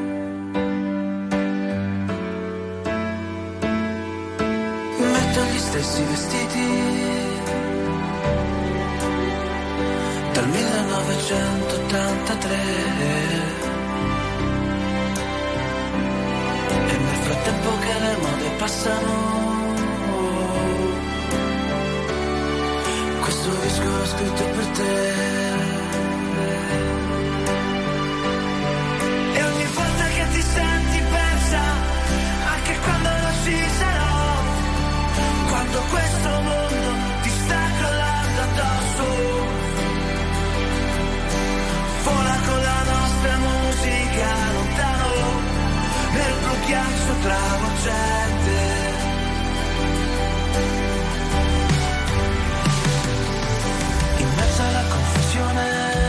Metto gli stessi vestiti dal 1983 e nel frattempo che le mode passano, questo disco l'ho scritto per te. E ogni volta che ti senti persa, anche quando non ci sarò, quando questo mondo ti sta crollando addosso, vola con la nostra musica lontano nel blu ghiaccio travolgente. In mezzo alla confusione,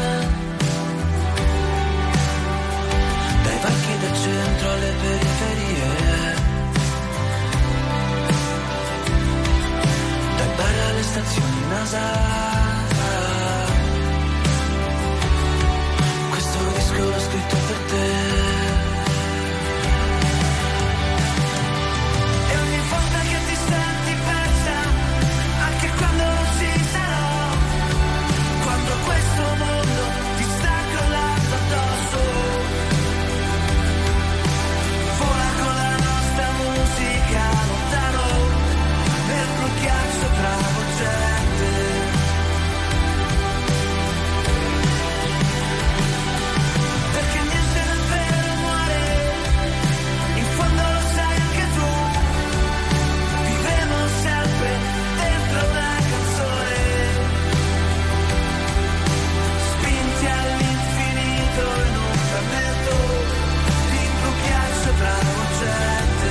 dai parchi del centro alle periferie, dai stazioni NASA. Questo disco l'ho scritto per te. E ogni volta che ti senti persa, anche quando non ci sarò, quando questo mondo ti sta crollando addosso, vola con la nostra musica lontano nel blu ghiaccio travolgente. Perché niente davvero muore, in fondo lo sai anche tu, vivremo sempre dentro una canzone, spinti all'infinito in un frammento di blu ghiaccio travolgente.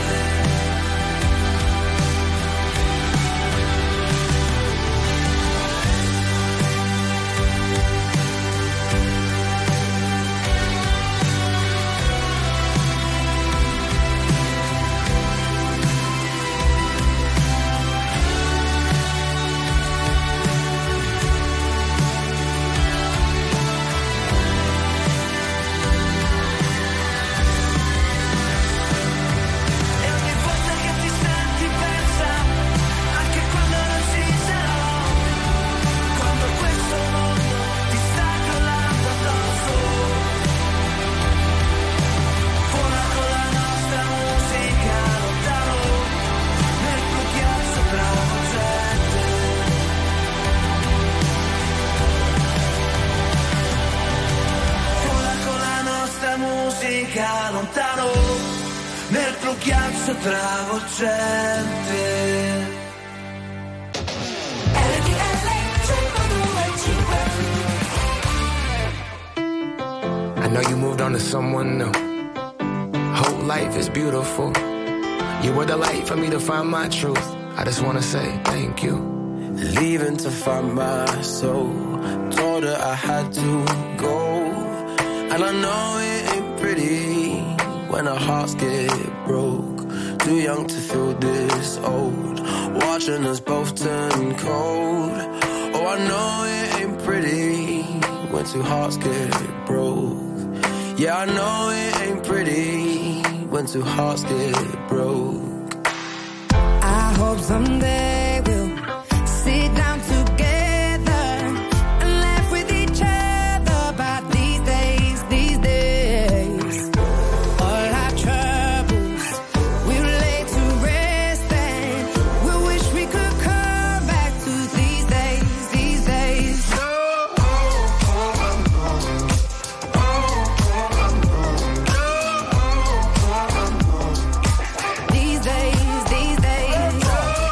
E ogni volta che ti senti persa, anche quando non ci sarò, quando questo mondo ti sta crollando addosso, vola con la nostra musica lontano nel blu ghiaccio travolgente. Vola con la nostra musica lontano nel blu ghiaccio travolgente. I know you moved on to someone new. Whole life is beautiful. You were the light for me to find my truth. I just wanna say thank you. Leaving to find my soul. Told her I had to go. And I know it ain't pretty when our hearts get broke. Too young to feel this old. Watching us both turn cold. Oh, I know it ain't pretty when two hearts get broke. Yeah, I know it ain't pretty when two hearts get broke. I hope someday we'll sit down together and laugh with each other about these days, these days. All our troubles we'll lay to rest and we'll wish we could come back to these days, these days. These days, these days.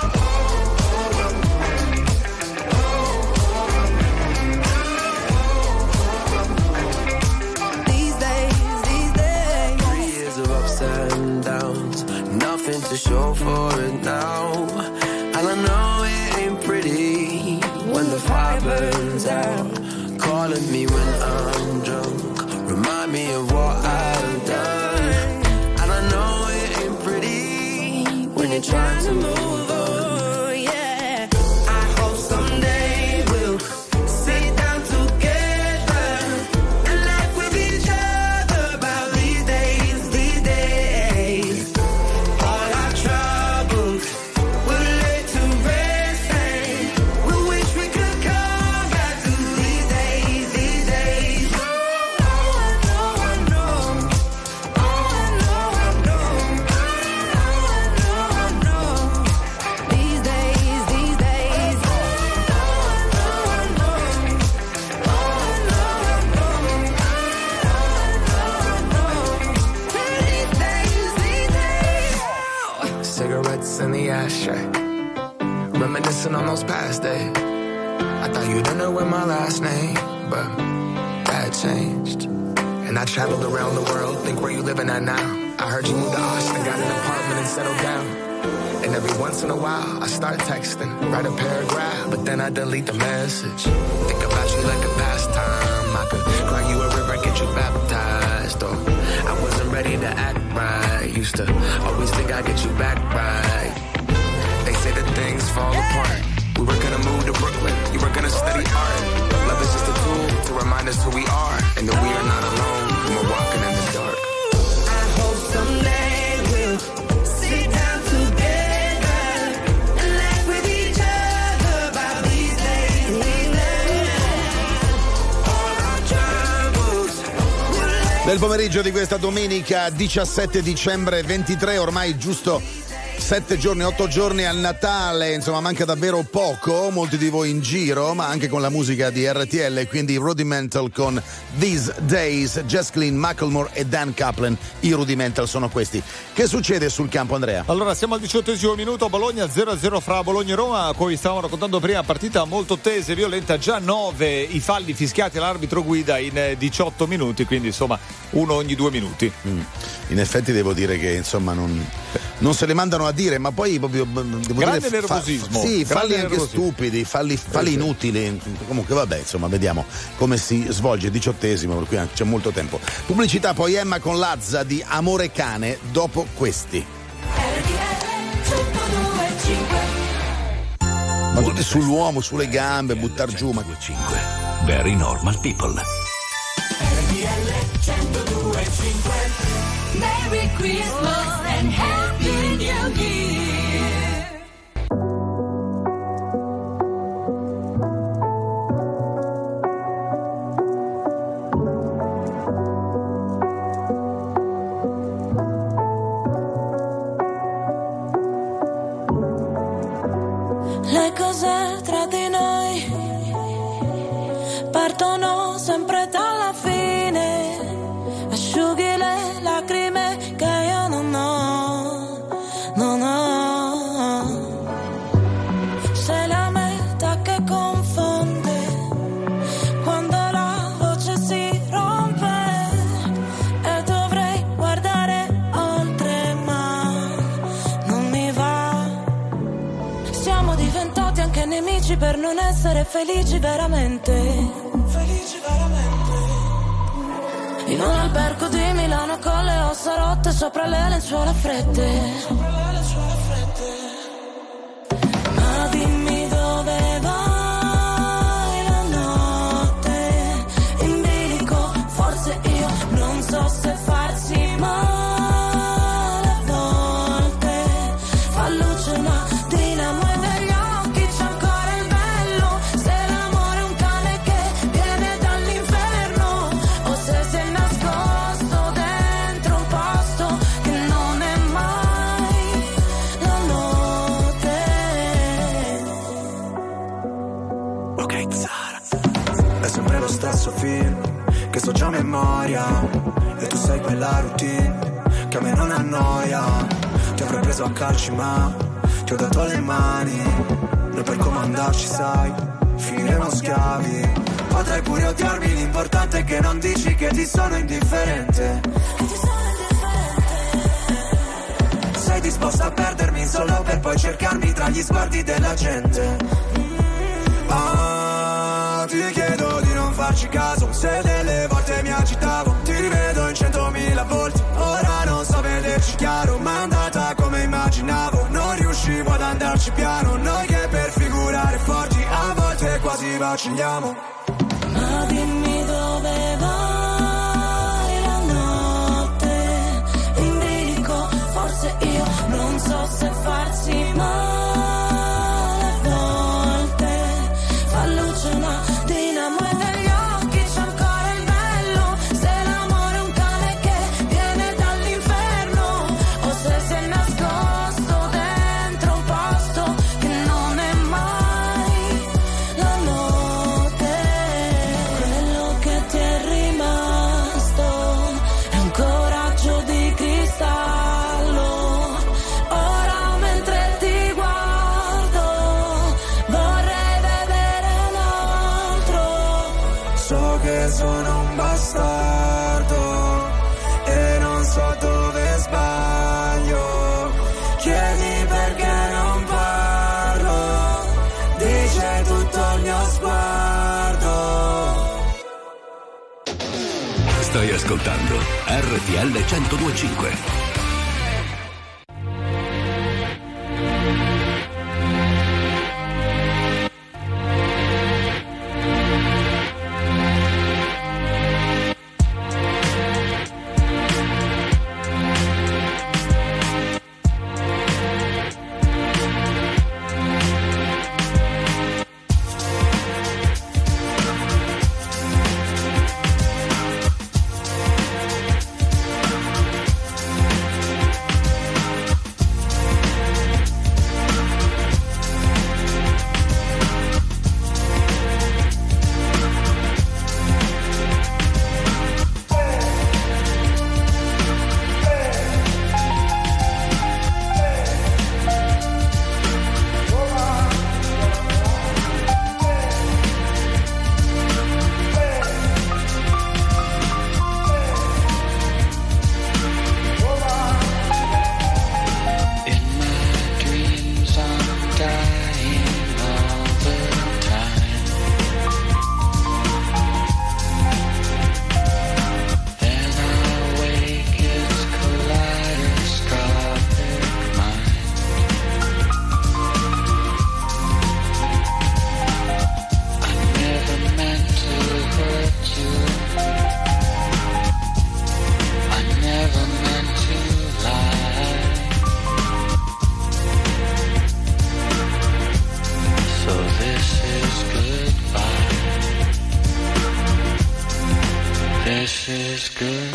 These days, these days. 3 years of ups and downs, nothing to show for it now. And I know it ain't pretty when the fire burns out. Calling me when I'm drunk, remind me of what I've done. And I know it ain't pretty when you're trying to move on. Yeah, I hope someday we'll sit down together and laugh with each other about these days, these days. All our troubles we'll lay to rest and we wish we could come back to these days, these days. Oh, I know, I know. Oh, I know, I know. Oh, I know, I know. These days, these days. Oh, I know, I know. Oh, I know, I know. These days, these days. Cigarettes in the ashtray, reminiscing on those past days. I thought you didn't know my last name, but that changed. And I traveled around the world, think where you living at now. I heard you moved to Austin, got an apartment and settled down. And every once in a while, I start texting, write a paragraph, but then I delete the message. Think about you like a pastime. I could cry you a river, get you baptized. Or I wasn't ready to act right. Used to always think I'd get you back right. They say that things fall apart, We were gonna move to Brooklyn, you were gonna study art. Love is just a tool to remind us who we are, and that we are not alone when we're walking in the dark. I hope someday we'll sit down together and laugh with each other about these days we learned. All our troubles will Nel pomeriggio di questa domenica 17 dicembre 23, ormai giusto 7 giorni, 8 giorni al Natale, insomma manca davvero poco, molti di voi in giro, ma anche con la musica di RTL, quindi Rudimental con These Days, Jacqueline McLemore e Dan Kaplan, i Rudimental sono questi. Che succede sul campo, Andrea? Allora siamo al 18° minuto, Bologna 0-0 fra Bologna e Roma, come stavamo raccontando prima, partita molto tesa e violenta, già 9 i falli fischiati all'arbitro guida in 18 minuti, quindi insomma uno ogni 2 minuti. In effetti devo dire che insomma non se le mandano a dire, ma poi proprio devo grande dire nervosismo, sì, falli anche nervosismo. stupidi, falli inutili. Comunque vabbè, insomma, vediamo come si svolge il 18°, per cui c'è molto tempo. Pubblicità, poi Emma con Lazza di Amore Cane dopo questi. Ma tutti sull'uomo, sulle gambe, buttar giù, ma 5. Very normal people. Merry Christmas and Happy New Year. Le cose tra di noi partono sempre dalla fine, asciughi le lacrime che io non ho, non ho. Sei la metà che confonde quando la voce si rompe e dovrei guardare oltre ma non mi va. Siamo diventati anche nemici per non essere felici veramente. Felici veramente. In un albergo di Milano con le ossa rotte sopra le lenzuola fredde. Ma dimmi dove vai la notte in bilico, forse io non so se farsi male a volte. Fa luce una dinamo e negli occhi c'è ancora il bello. Se l'amore è un cane che viene dall'inferno o se sei nascosto dentro un posto che non è mai la notte. Ok, Zara. È sempre lo stesso film che so già a memoria. E tu sai quella routine che a me non annoia. Ti avrei preso a calci ma ti ho dato le mani. Noi per comandarci sai, finiremo schiavi. Potrai pure odiarmi, l'importante è che non dici che ti sono indifferente. Sei disposta a perdermi solo per poi cercarmi tra gli sguardi della gente. Ah, ti chiedo di non farci caso, se delle volte mi agitavo. Ti rivedo in 100.000 volti, ora non so vederci chiaro. Ma è andata come immaginavo, non riuscivo ad andarci piano. Noi che per figurare forti a volte quasi vacilliamo. Ma dimmi dove vai la notte in bilico, forse io non so se farsi male a volte. Fa luce una dinamo e negli occhi c'è ancora il bello. Se l'amore è un cane che viene dall'inferno o se sei nascosto dentro un posto che non è mai la notte. Quello che ti è rimasto è un coraggio di cristallo. Ora mentre ti guardo vorrei vedere un altro. So che sono un bastardo e non so dove sbaglio. Chiedi perché non parlo, dice tutto il mio sguardo. Stai ascoltando RTL 102.5. This is good.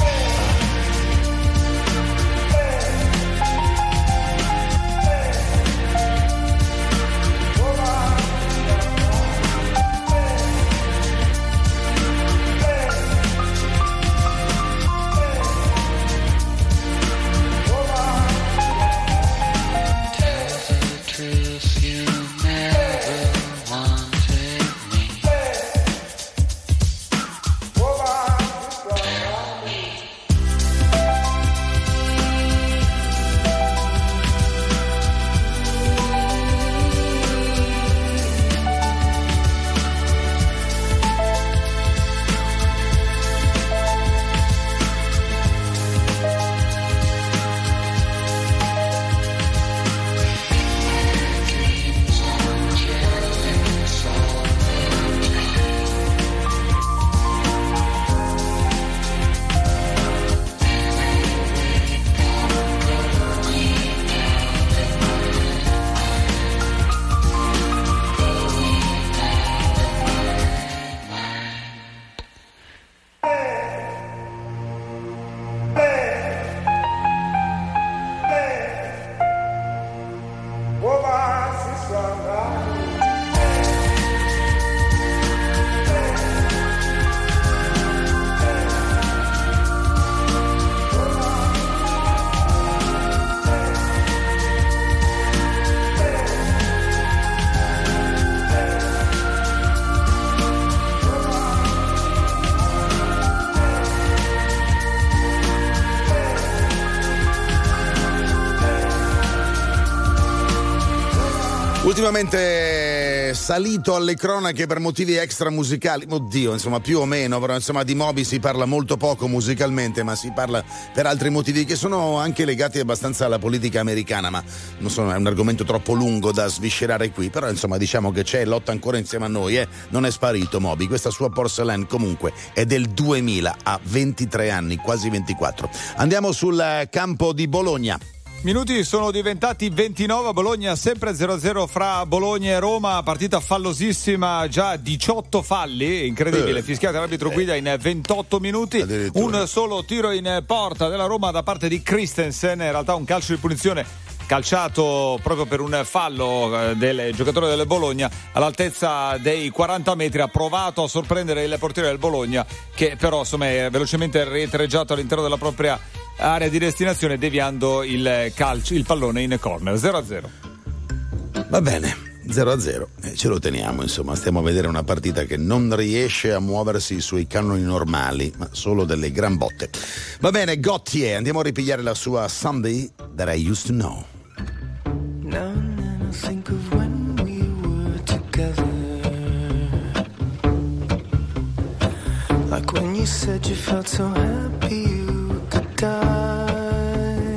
Ultimamente salito alle cronache per motivi extra musicali, oddio, insomma, più o meno, però insomma di Moby si parla molto poco musicalmente, ma si parla per altri motivi che sono anche legati abbastanza alla politica americana, ma non so, è un argomento troppo lungo da sviscerare qui, però insomma diciamo che c'è, lotta ancora insieme a noi, non è sparito Moby. Questa sua Porcelain comunque è del 2000, ha 23 anni, quasi 24. Andiamo sul campo di Bologna. Minuti sono diventati 29 a Bologna, sempre 0-0 fra Bologna e Roma, partita fallosissima, già 18 falli, incredibile, fischiata l'arbitro guida in 28 minuti, un solo tiro in porta della Roma da parte di Christensen, in realtà un calcio di punizione calciato proprio per un fallo del giocatore del Bologna all'altezza dei 40 metri, ha provato a sorprendere il portiere del Bologna che però insomma è velocemente rientreggiato all'interno della propria area di destinazione deviando il pallone in corner. 0-0. Va bene, 0-0, ce lo teniamo, insomma, stiamo a vedere una partita che non riesce a muoversi sui canoni normali, ma solo delle gran botte. Va bene, Gautier, andiamo a ripigliare la sua Somebody That I Used to Know. Now and then I think of when we were together, like when you said you felt so happy you could die.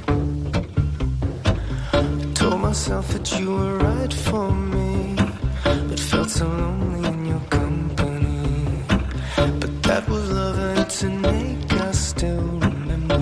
I told myself that you were right for me, but felt so lonely in your company. But that was love and tonight I still remember.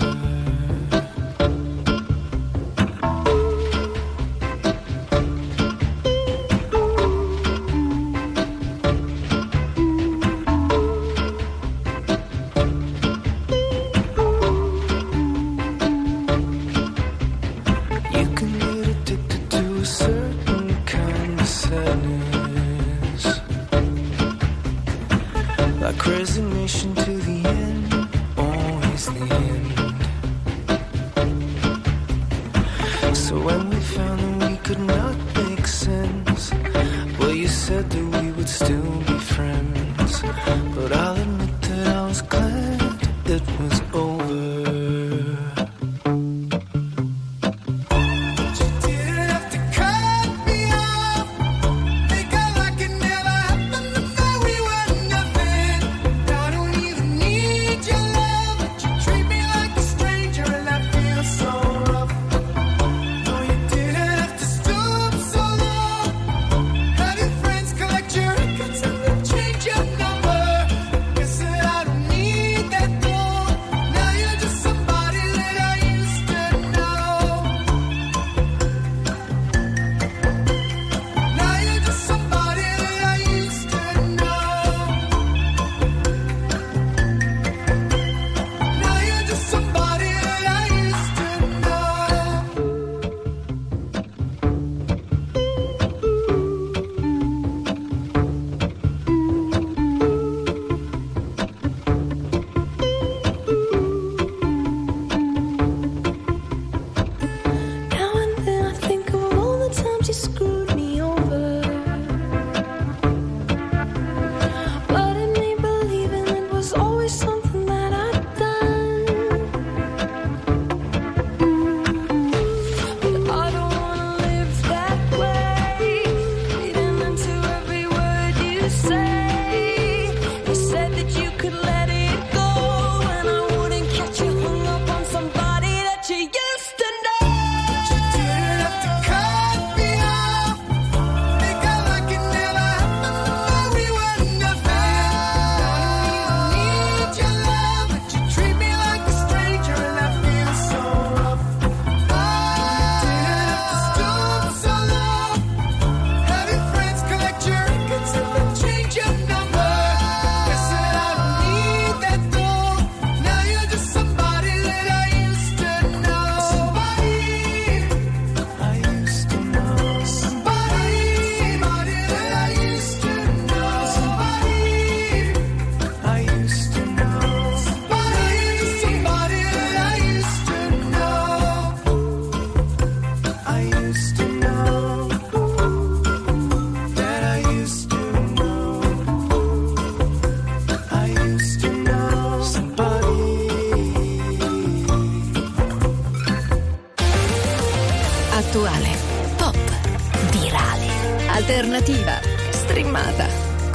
Resignation to the end, always the end. So when we found that we could not make sense, well, you said that we would still be friends. But I'll admit that I was glad it was over. Need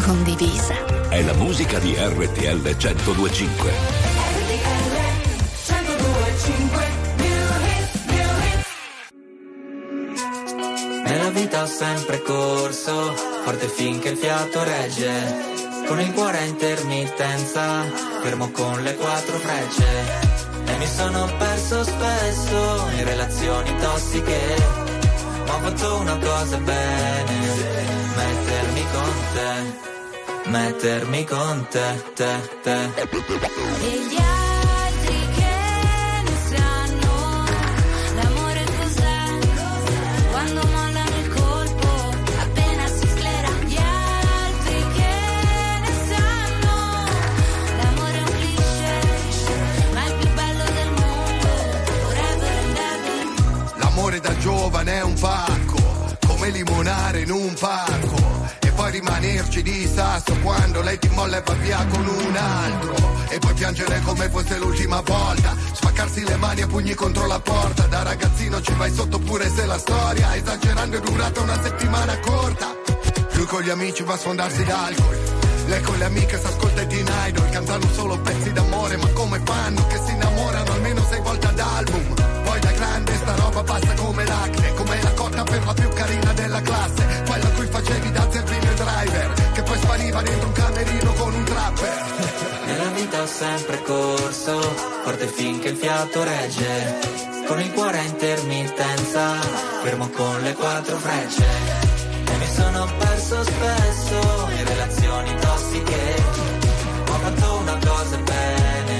condivisa. È la musica di RTL 102.5. Nella vita ho sempre corso, forte finché il fiato regge. Con il cuore a intermittenza, fermo con le 4 frecce. E mi sono perso spesso in relazioni tossiche, ma ho fatto una cosa bene: mettermi con te. E gli altri che ne sanno l'amore cos'è, quando mollano il colpo appena si sclera. Gli altri che ne sanno l'amore è un cliché, ma è il più bello del mondo, forever and ever. L'amore da giovane è un pacco, come limonare in un parco, e poi rimanerci di sasso quando lei ti molla e va via con un altro, e poi piangere come fosse l'ultima volta, spaccarsi le mani a pugni contro la porta. Da ragazzino ci vai sotto pure se la storia, esagerando, è durata una settimana corta. Lui con gli amici va a sfondarsi d'alcol, lei con le amiche s'ascolta Teen Idol, cantano solo pezzi d'amore, ma come fanno che si innamorano almeno 6 volte ad album? Poi da grande sta roba passa come l'acne, come la cotta per la più carina della classe, quella a cui facevi da zerbino e driver, che poi spariva dentro un camerino con un trapper. Nella vita ho sempre corso, forte finché il fiato regge. Con il cuore a intermittenza, fermo con le 4 frecce. E mi sono perso spesso in relazioni tossiche, ho fatto una cosa bene: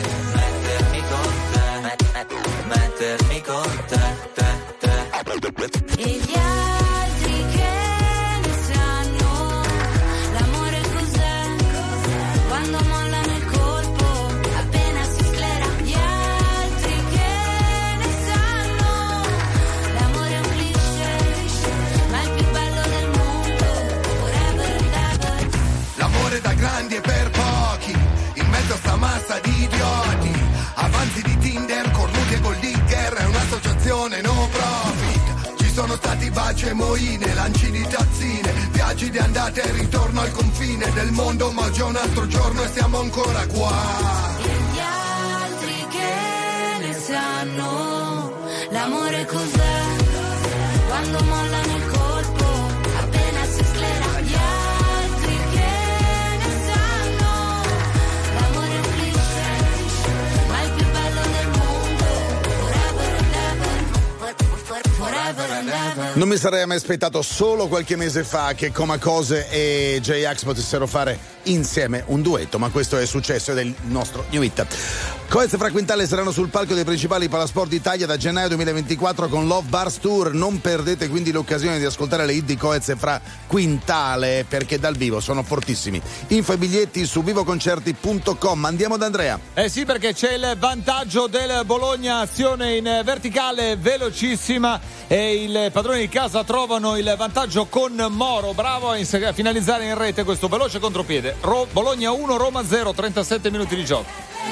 mettermi con te. E gli altri che ne sanno l'amore cos'è, quando mollano il colpo appena si sclera. Gli altri che ne sanno l'amore è un cliché, ma è il più bello del mondo, forever and ever. L'amore da grandi e per pochi, in mezzo a sta massa di idioti, avanzi di Tinder, cornuti e gold digger, è un'associazione no profit. Ci sono stati baci e moine, lanci di tazzine, viaggi di andata e ritorno al confine del mondo, ma già un altro giorno e siamo ancora qua. E gli altri che ne sanno l'amore cos'è, quando mollano il colpo appena si sclera. Gli altri che ne sanno l'amore è un cliché, ma è il più bello del mondo, forever and ever, forever and ever. Non mi sarei mai aspettato solo qualche mese fa che Coma Cose e J-Ax potessero fare insieme un duetto, ma questo è successo ed è il nostro new hit. Coez e Fra Quintale saranno sul palco dei principali Palasport Italia da gennaio 2024 con Love Bars Tour. Non perdete quindi l'occasione di ascoltare le hit di Coez e Fra Quintale, perché dal vivo sono fortissimi. Info e biglietti su vivoconcerti.com. Andiamo da Andrea. Eh sì, perché c'è il vantaggio del Bologna, azione in verticale velocissima, e i padroni di casa trovano il vantaggio con Moro, bravo a finalizzare in rete questo veloce contropiede. Bologna 1, Roma 0, 37 minuti di gioco.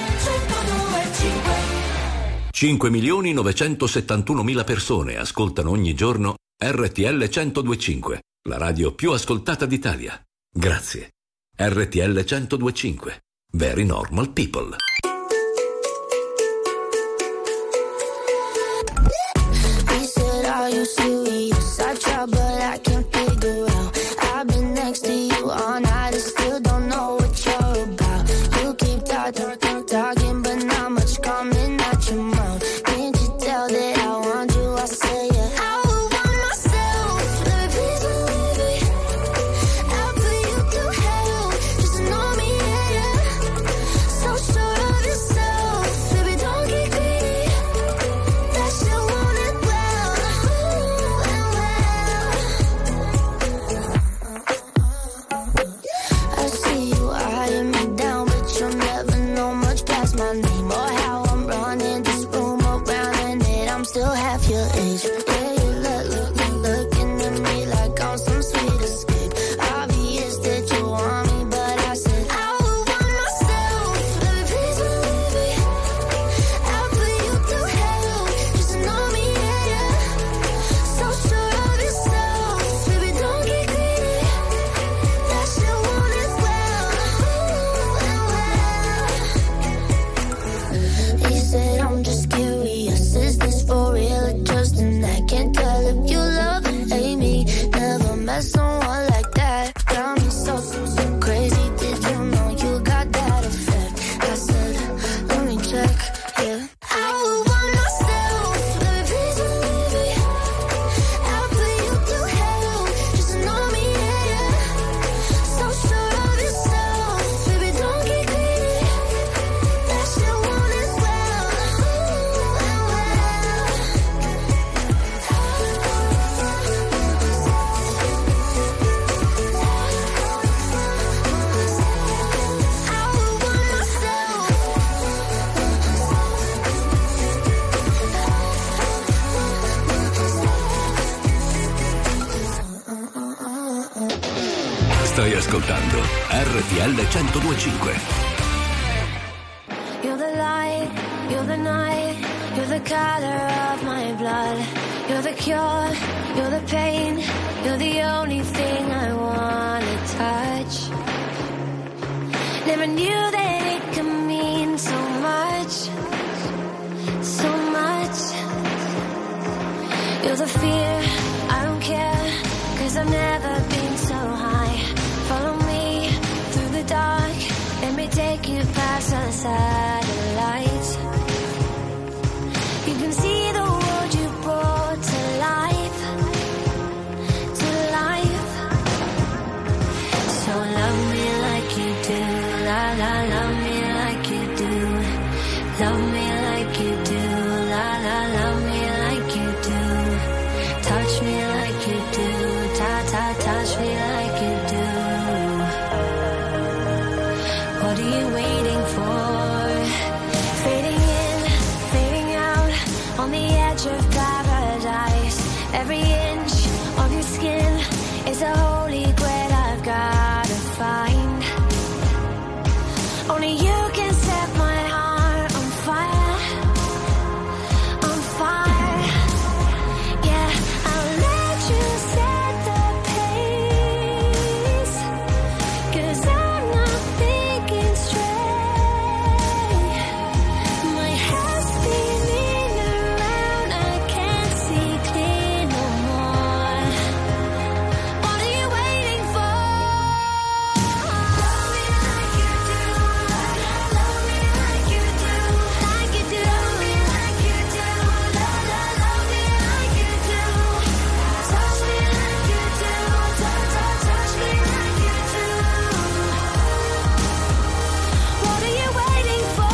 5.971.000 persone ascoltano ogni giorno RTL 102.5, la radio più ascoltata d'Italia. Grazie. RTL 102.5. Very normal people. He said, are you serious? I tried but I can't figure out. I've been next to you all night and still don't know what you're about. You keep talking but not much coming out your mouth. Can't you tell that I want you? I say yeah. I would want myself. Let me please believe it. I'll put you through hell. Just know me, yeah. So sure of yourself. Baby, don't get greedy. That you want it well. And well. ascoltando RTL 102.5. You're the light, you're the night, you're the color of my blood. You're the cure, you're the pain, you're the only thing I wanna touch. Never knew that it could mean so much, so much. You're the fear, I don't care, 'cause I've never been so high. Follow me through the dark, let me take you past the satellites. You can see the world you brought to life, to life. So love me like you do, la la, love me like you do. Love me like you do, la la, love me like you do. Touch me like you do, ta ta, touch me like you do. What are you waiting for? Fading in, fading out, on the edge of paradise. Every inch of your skin is a holy grail I've gotta find. Only you can set my heart on fire, on fire. Yeah, I'll let you set the pace, 'cause I'm not thinking straight. My head's spinning around, I can't see clear no more. What are you waiting for? Love me like you do, love me like you do, like you do. Love me like you do, love me like you do. Touch me like you do, touch me like you do. What are you waiting for?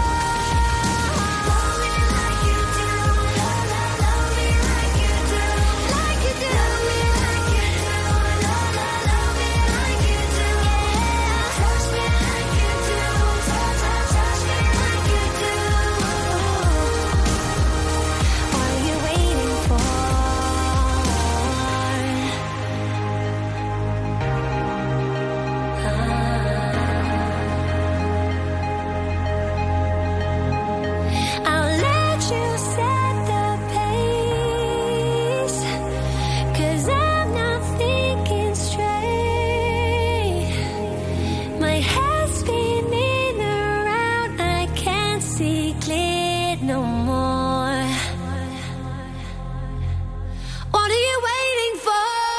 Love me like you do, love me like you do, like you do. Love me like you do, love me like you do. Touch me like you do, touch me like you do. What are you waiting for? I'll let you set the pace, 'cause I'm not thinking straight. My head's spinning around, I can't see clear no more. What are you waiting for?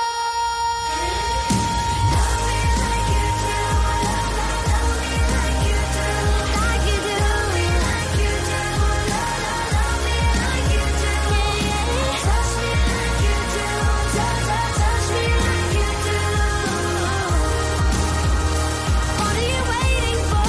Love me like you do, love me like you do, like you do. Love me like you do, love me like you do. Touch me like you do, touch me like you do. What are you waiting for?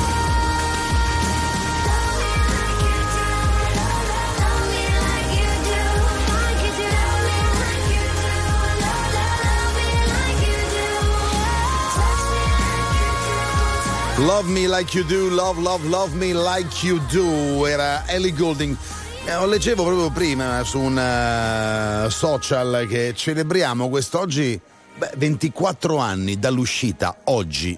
Love me like you do, love me like you do, like you do. Love me like you do, love me like you do. Touch me like you do. Love me like you do, love me like you do. Era Ellie Goulding. Lo leggevo proprio prima su un social che celebriamo quest'oggi 24 anni dall'uscita, oggi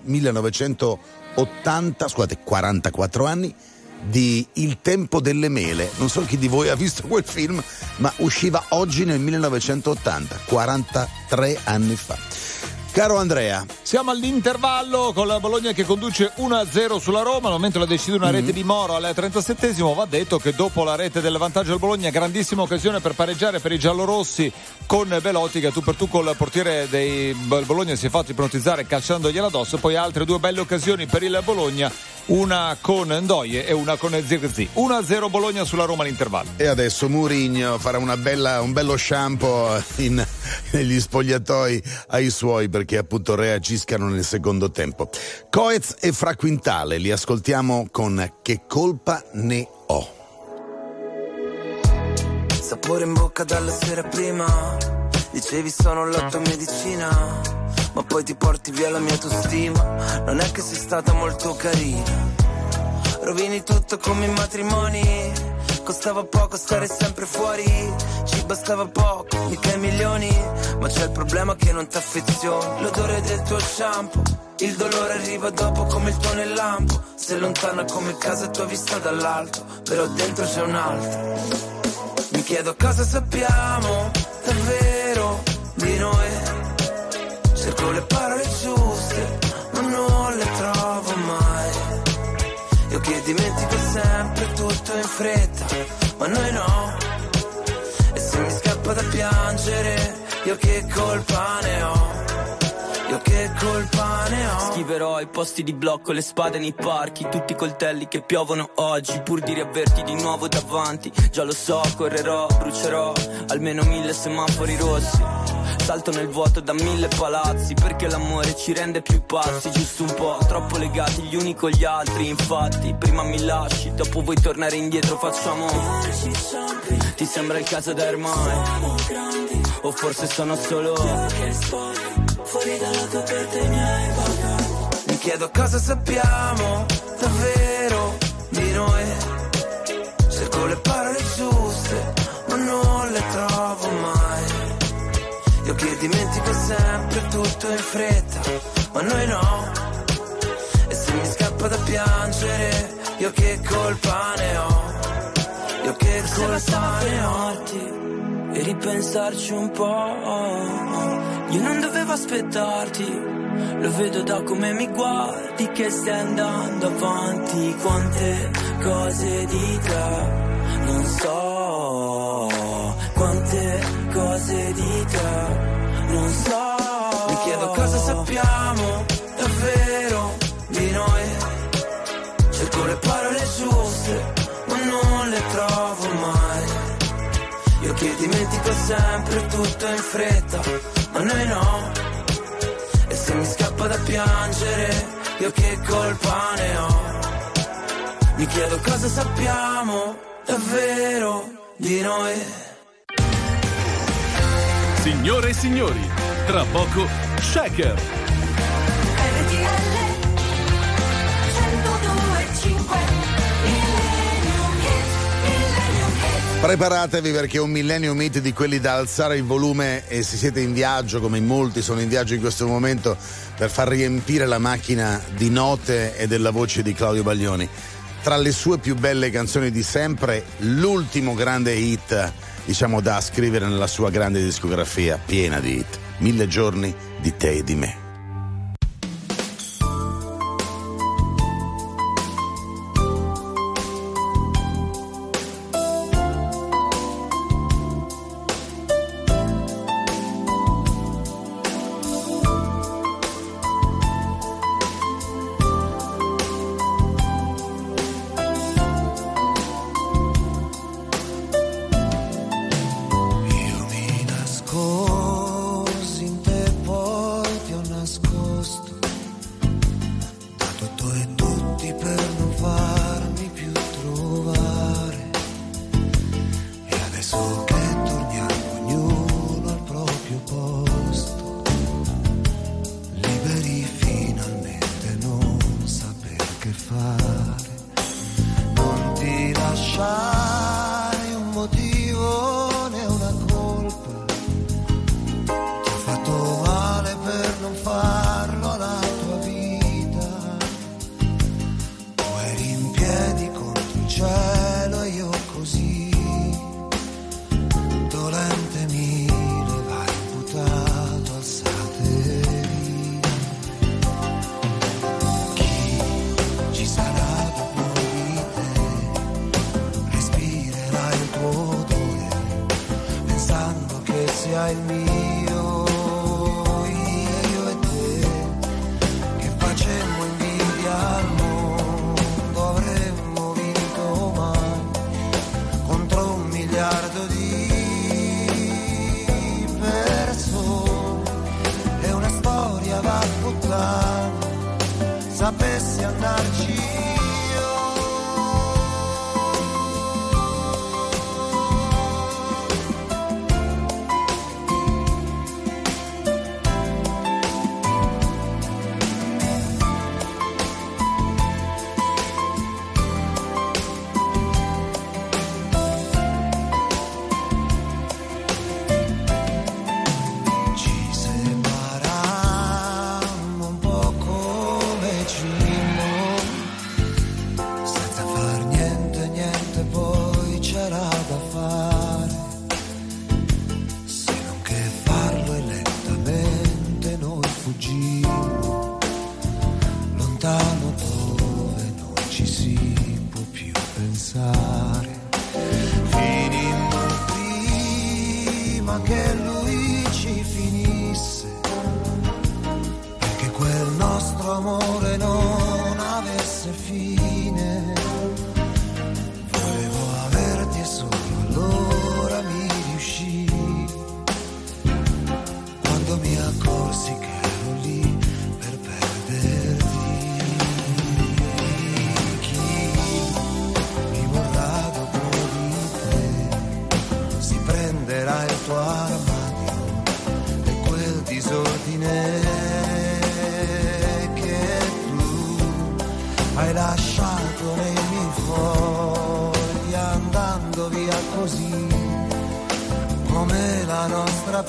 1980, scusate, 44 anni di Il tempo delle mele. Non so chi di voi ha visto quel film, ma usciva oggi nel 1980, 43 anni fa. Caro Andrea, siamo all'intervallo con la Bologna che conduce 1-0 sulla Roma. Al momento la decide una rete di Moro al 37esimo. Va detto che dopo la rete del vantaggio del Bologna, grandissima occasione per pareggiare per i giallorossi con Belotti, che tu per tu col portiere del Bologna si è fatto ipnotizzare calciandogliela addosso. Poi altre due belle occasioni per il Bologna, una con Ndoye e una con Zirkzee. 1-0 Bologna sulla Roma all'intervallo. E adesso Mourinho farà un bello shampoo negli spogliatoi ai suoi, perché appunto reagiscano nel secondo tempo. Coez e Fra Quintale li ascoltiamo con Che colpa ne ho. Sapore in bocca dalla sera prima, dicevi sono la tua medicina, ma poi ti porti via la mia autostima. Non è che sei stata molto carina, rovini tutto come i matrimoni. Costava poco stare sempre fuori, ci bastava poco, mica i milioni. Ma c'è il problema che non t'affezioni, l'odore del tuo shampoo Il dolore arriva dopo come il tuo nel lampo. Sei lontana come casa tua vista dall'alto, però dentro c'è un altro. Mi chiedo cosa sappiamo davvero di noi. Cerco le parole giuste, ma non le trovo mai. Io che dimentico sempre tutto in fretta, ma noi no. E se mi scappa da piangere, io che colpa ne ho? Io che colpa ne ho? Schiverò ai posti di blocco, le spade nei parchi, tutti i coltelli che piovono oggi, pur di riaverti di nuovo davanti. Già lo so, correrò, brucerò almeno 1000 semafori rossi. Salto nel vuoto da 1000 palazzi, perché l'amore ci rende più pazzi. Giusto un po', troppo legati gli uni con gli altri. Infatti, prima mi lasci, dopo vuoi tornare indietro, facciamo. Ti sembra il caso da ormai? O forse sono solo fuori dalla tua porta i miei bagagli. Mi chiedo cosa sappiamo davvero di noi. Cerco le parole giuste, ma non le trovo mai. Io che dimentico sempre tutto in fretta, ma noi no. E se mi scappa da piangere, io che colpa ne ho? Io che colpa ne ho? E ripensarci un po'. Io non dovevo aspettarti, lo vedo da come mi guardi che stai andando avanti. Quante cose di te non so, quante cose di te non so. Mi chiedo cosa sappiamo davvero di noi. Cerco le parole giuste, ma non le trovo mai. Io che dimentico sempre tutto in fretta, ma noi no. E se mi scappa da piangere, io che colpa ne ho? Mi chiedo cosa sappiamo davvero di noi. Signore e signori, tra poco Shaker. Preparatevi perché è un Millennium Hit di quelli da alzare il volume, e se siete in viaggio, come in molti sono in viaggio in questo momento, per far riempire la macchina di note e della voce di Claudio Baglioni. Tra le sue più belle canzoni di sempre, l'ultimo grande hit, diciamo, da scrivere nella sua grande discografia, piena di hit, 1000 giorni di te e di me. Sapessi andarci io. Ci separammo un poco lontano dove non ci si può più pensare. Finimmo prima che lui ci finisse, perché quel nostro amore non avesse fine. Volevo averti e solo allora mi riuscì, quando mi accorsi che ero lì per perderti. Chi mi vorrà dopo di te si prenderà il tuo armadio e quel disordine che tu hai lasciato nei miei fogli, andando via così come la nostra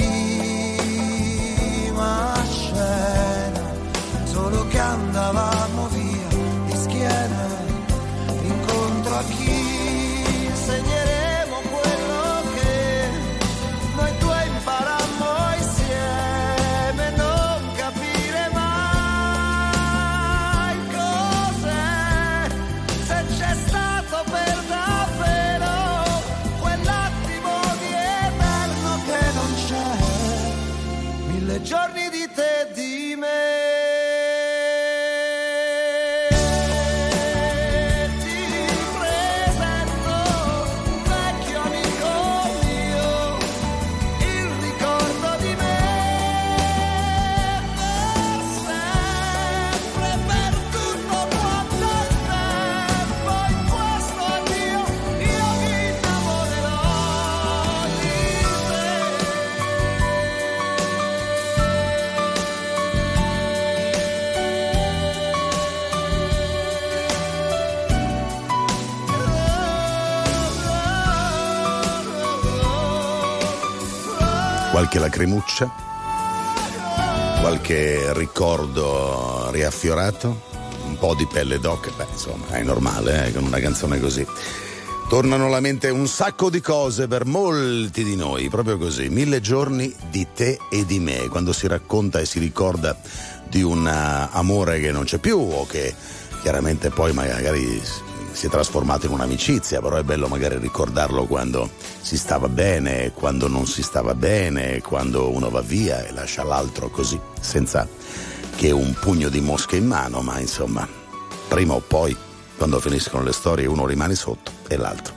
prima scena, solo che andavamo via di schiena incontro a chi segneremo quello che noi due imparammo insieme, non capire mai cos'è, se c'è stato per davvero quell'attimo di eterno che non c'è, 1000 giorni di te e di me. Ti presento un vecchio amico mio, il ricordo di me per sempre, per tutto quanto il tempo. In questo addio io mi innamorerò di te. Qualche lacrimuccia, qualche ricordo riaffiorato, un po' di pelle d'oca, beh insomma è normale con una canzone così. Tornano alla mente un sacco di cose per molti di noi, proprio così, 1000 giorni di te e di me, quando si racconta e si ricorda di un amore che non c'è più o che chiaramente poi magari si è trasformato in un'amicizia, però è bello magari ricordarlo quando si stava bene, quando non si stava bene, quando uno va via e lascia l'altro così, senza che un pugno di mosche in mano, ma insomma, prima o poi, quando finiscono le storie, uno rimane sotto e l'altro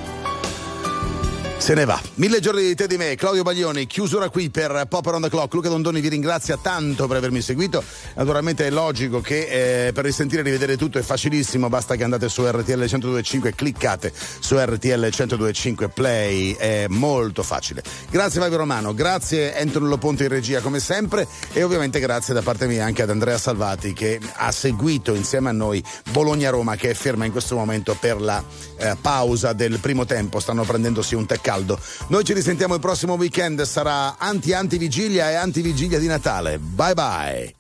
se ne va. 1000 giorni di te e di me, Claudio Baglioni, chiusura qui per Pop Around the Clock. Luca Dondoni vi ringrazia tanto per avermi seguito. Naturalmente è logico che per risentire e rivedere tutto è facilissimo, basta che andate su RTL 102.5 e cliccate su RTL 102.5 Play, è molto facile. Grazie Fabio Romano, grazie Antonio Loponte in regia come sempre, e ovviamente grazie da parte mia anche ad Andrea Salvati che ha seguito insieme a noi Bologna-Roma, che è ferma in questo momento per la pausa del primo tempo, stanno prendendosi un tè caldo. Noi ci risentiamo il prossimo weekend, sarà anti-vigilia e anti-vigilia di Natale. Bye bye.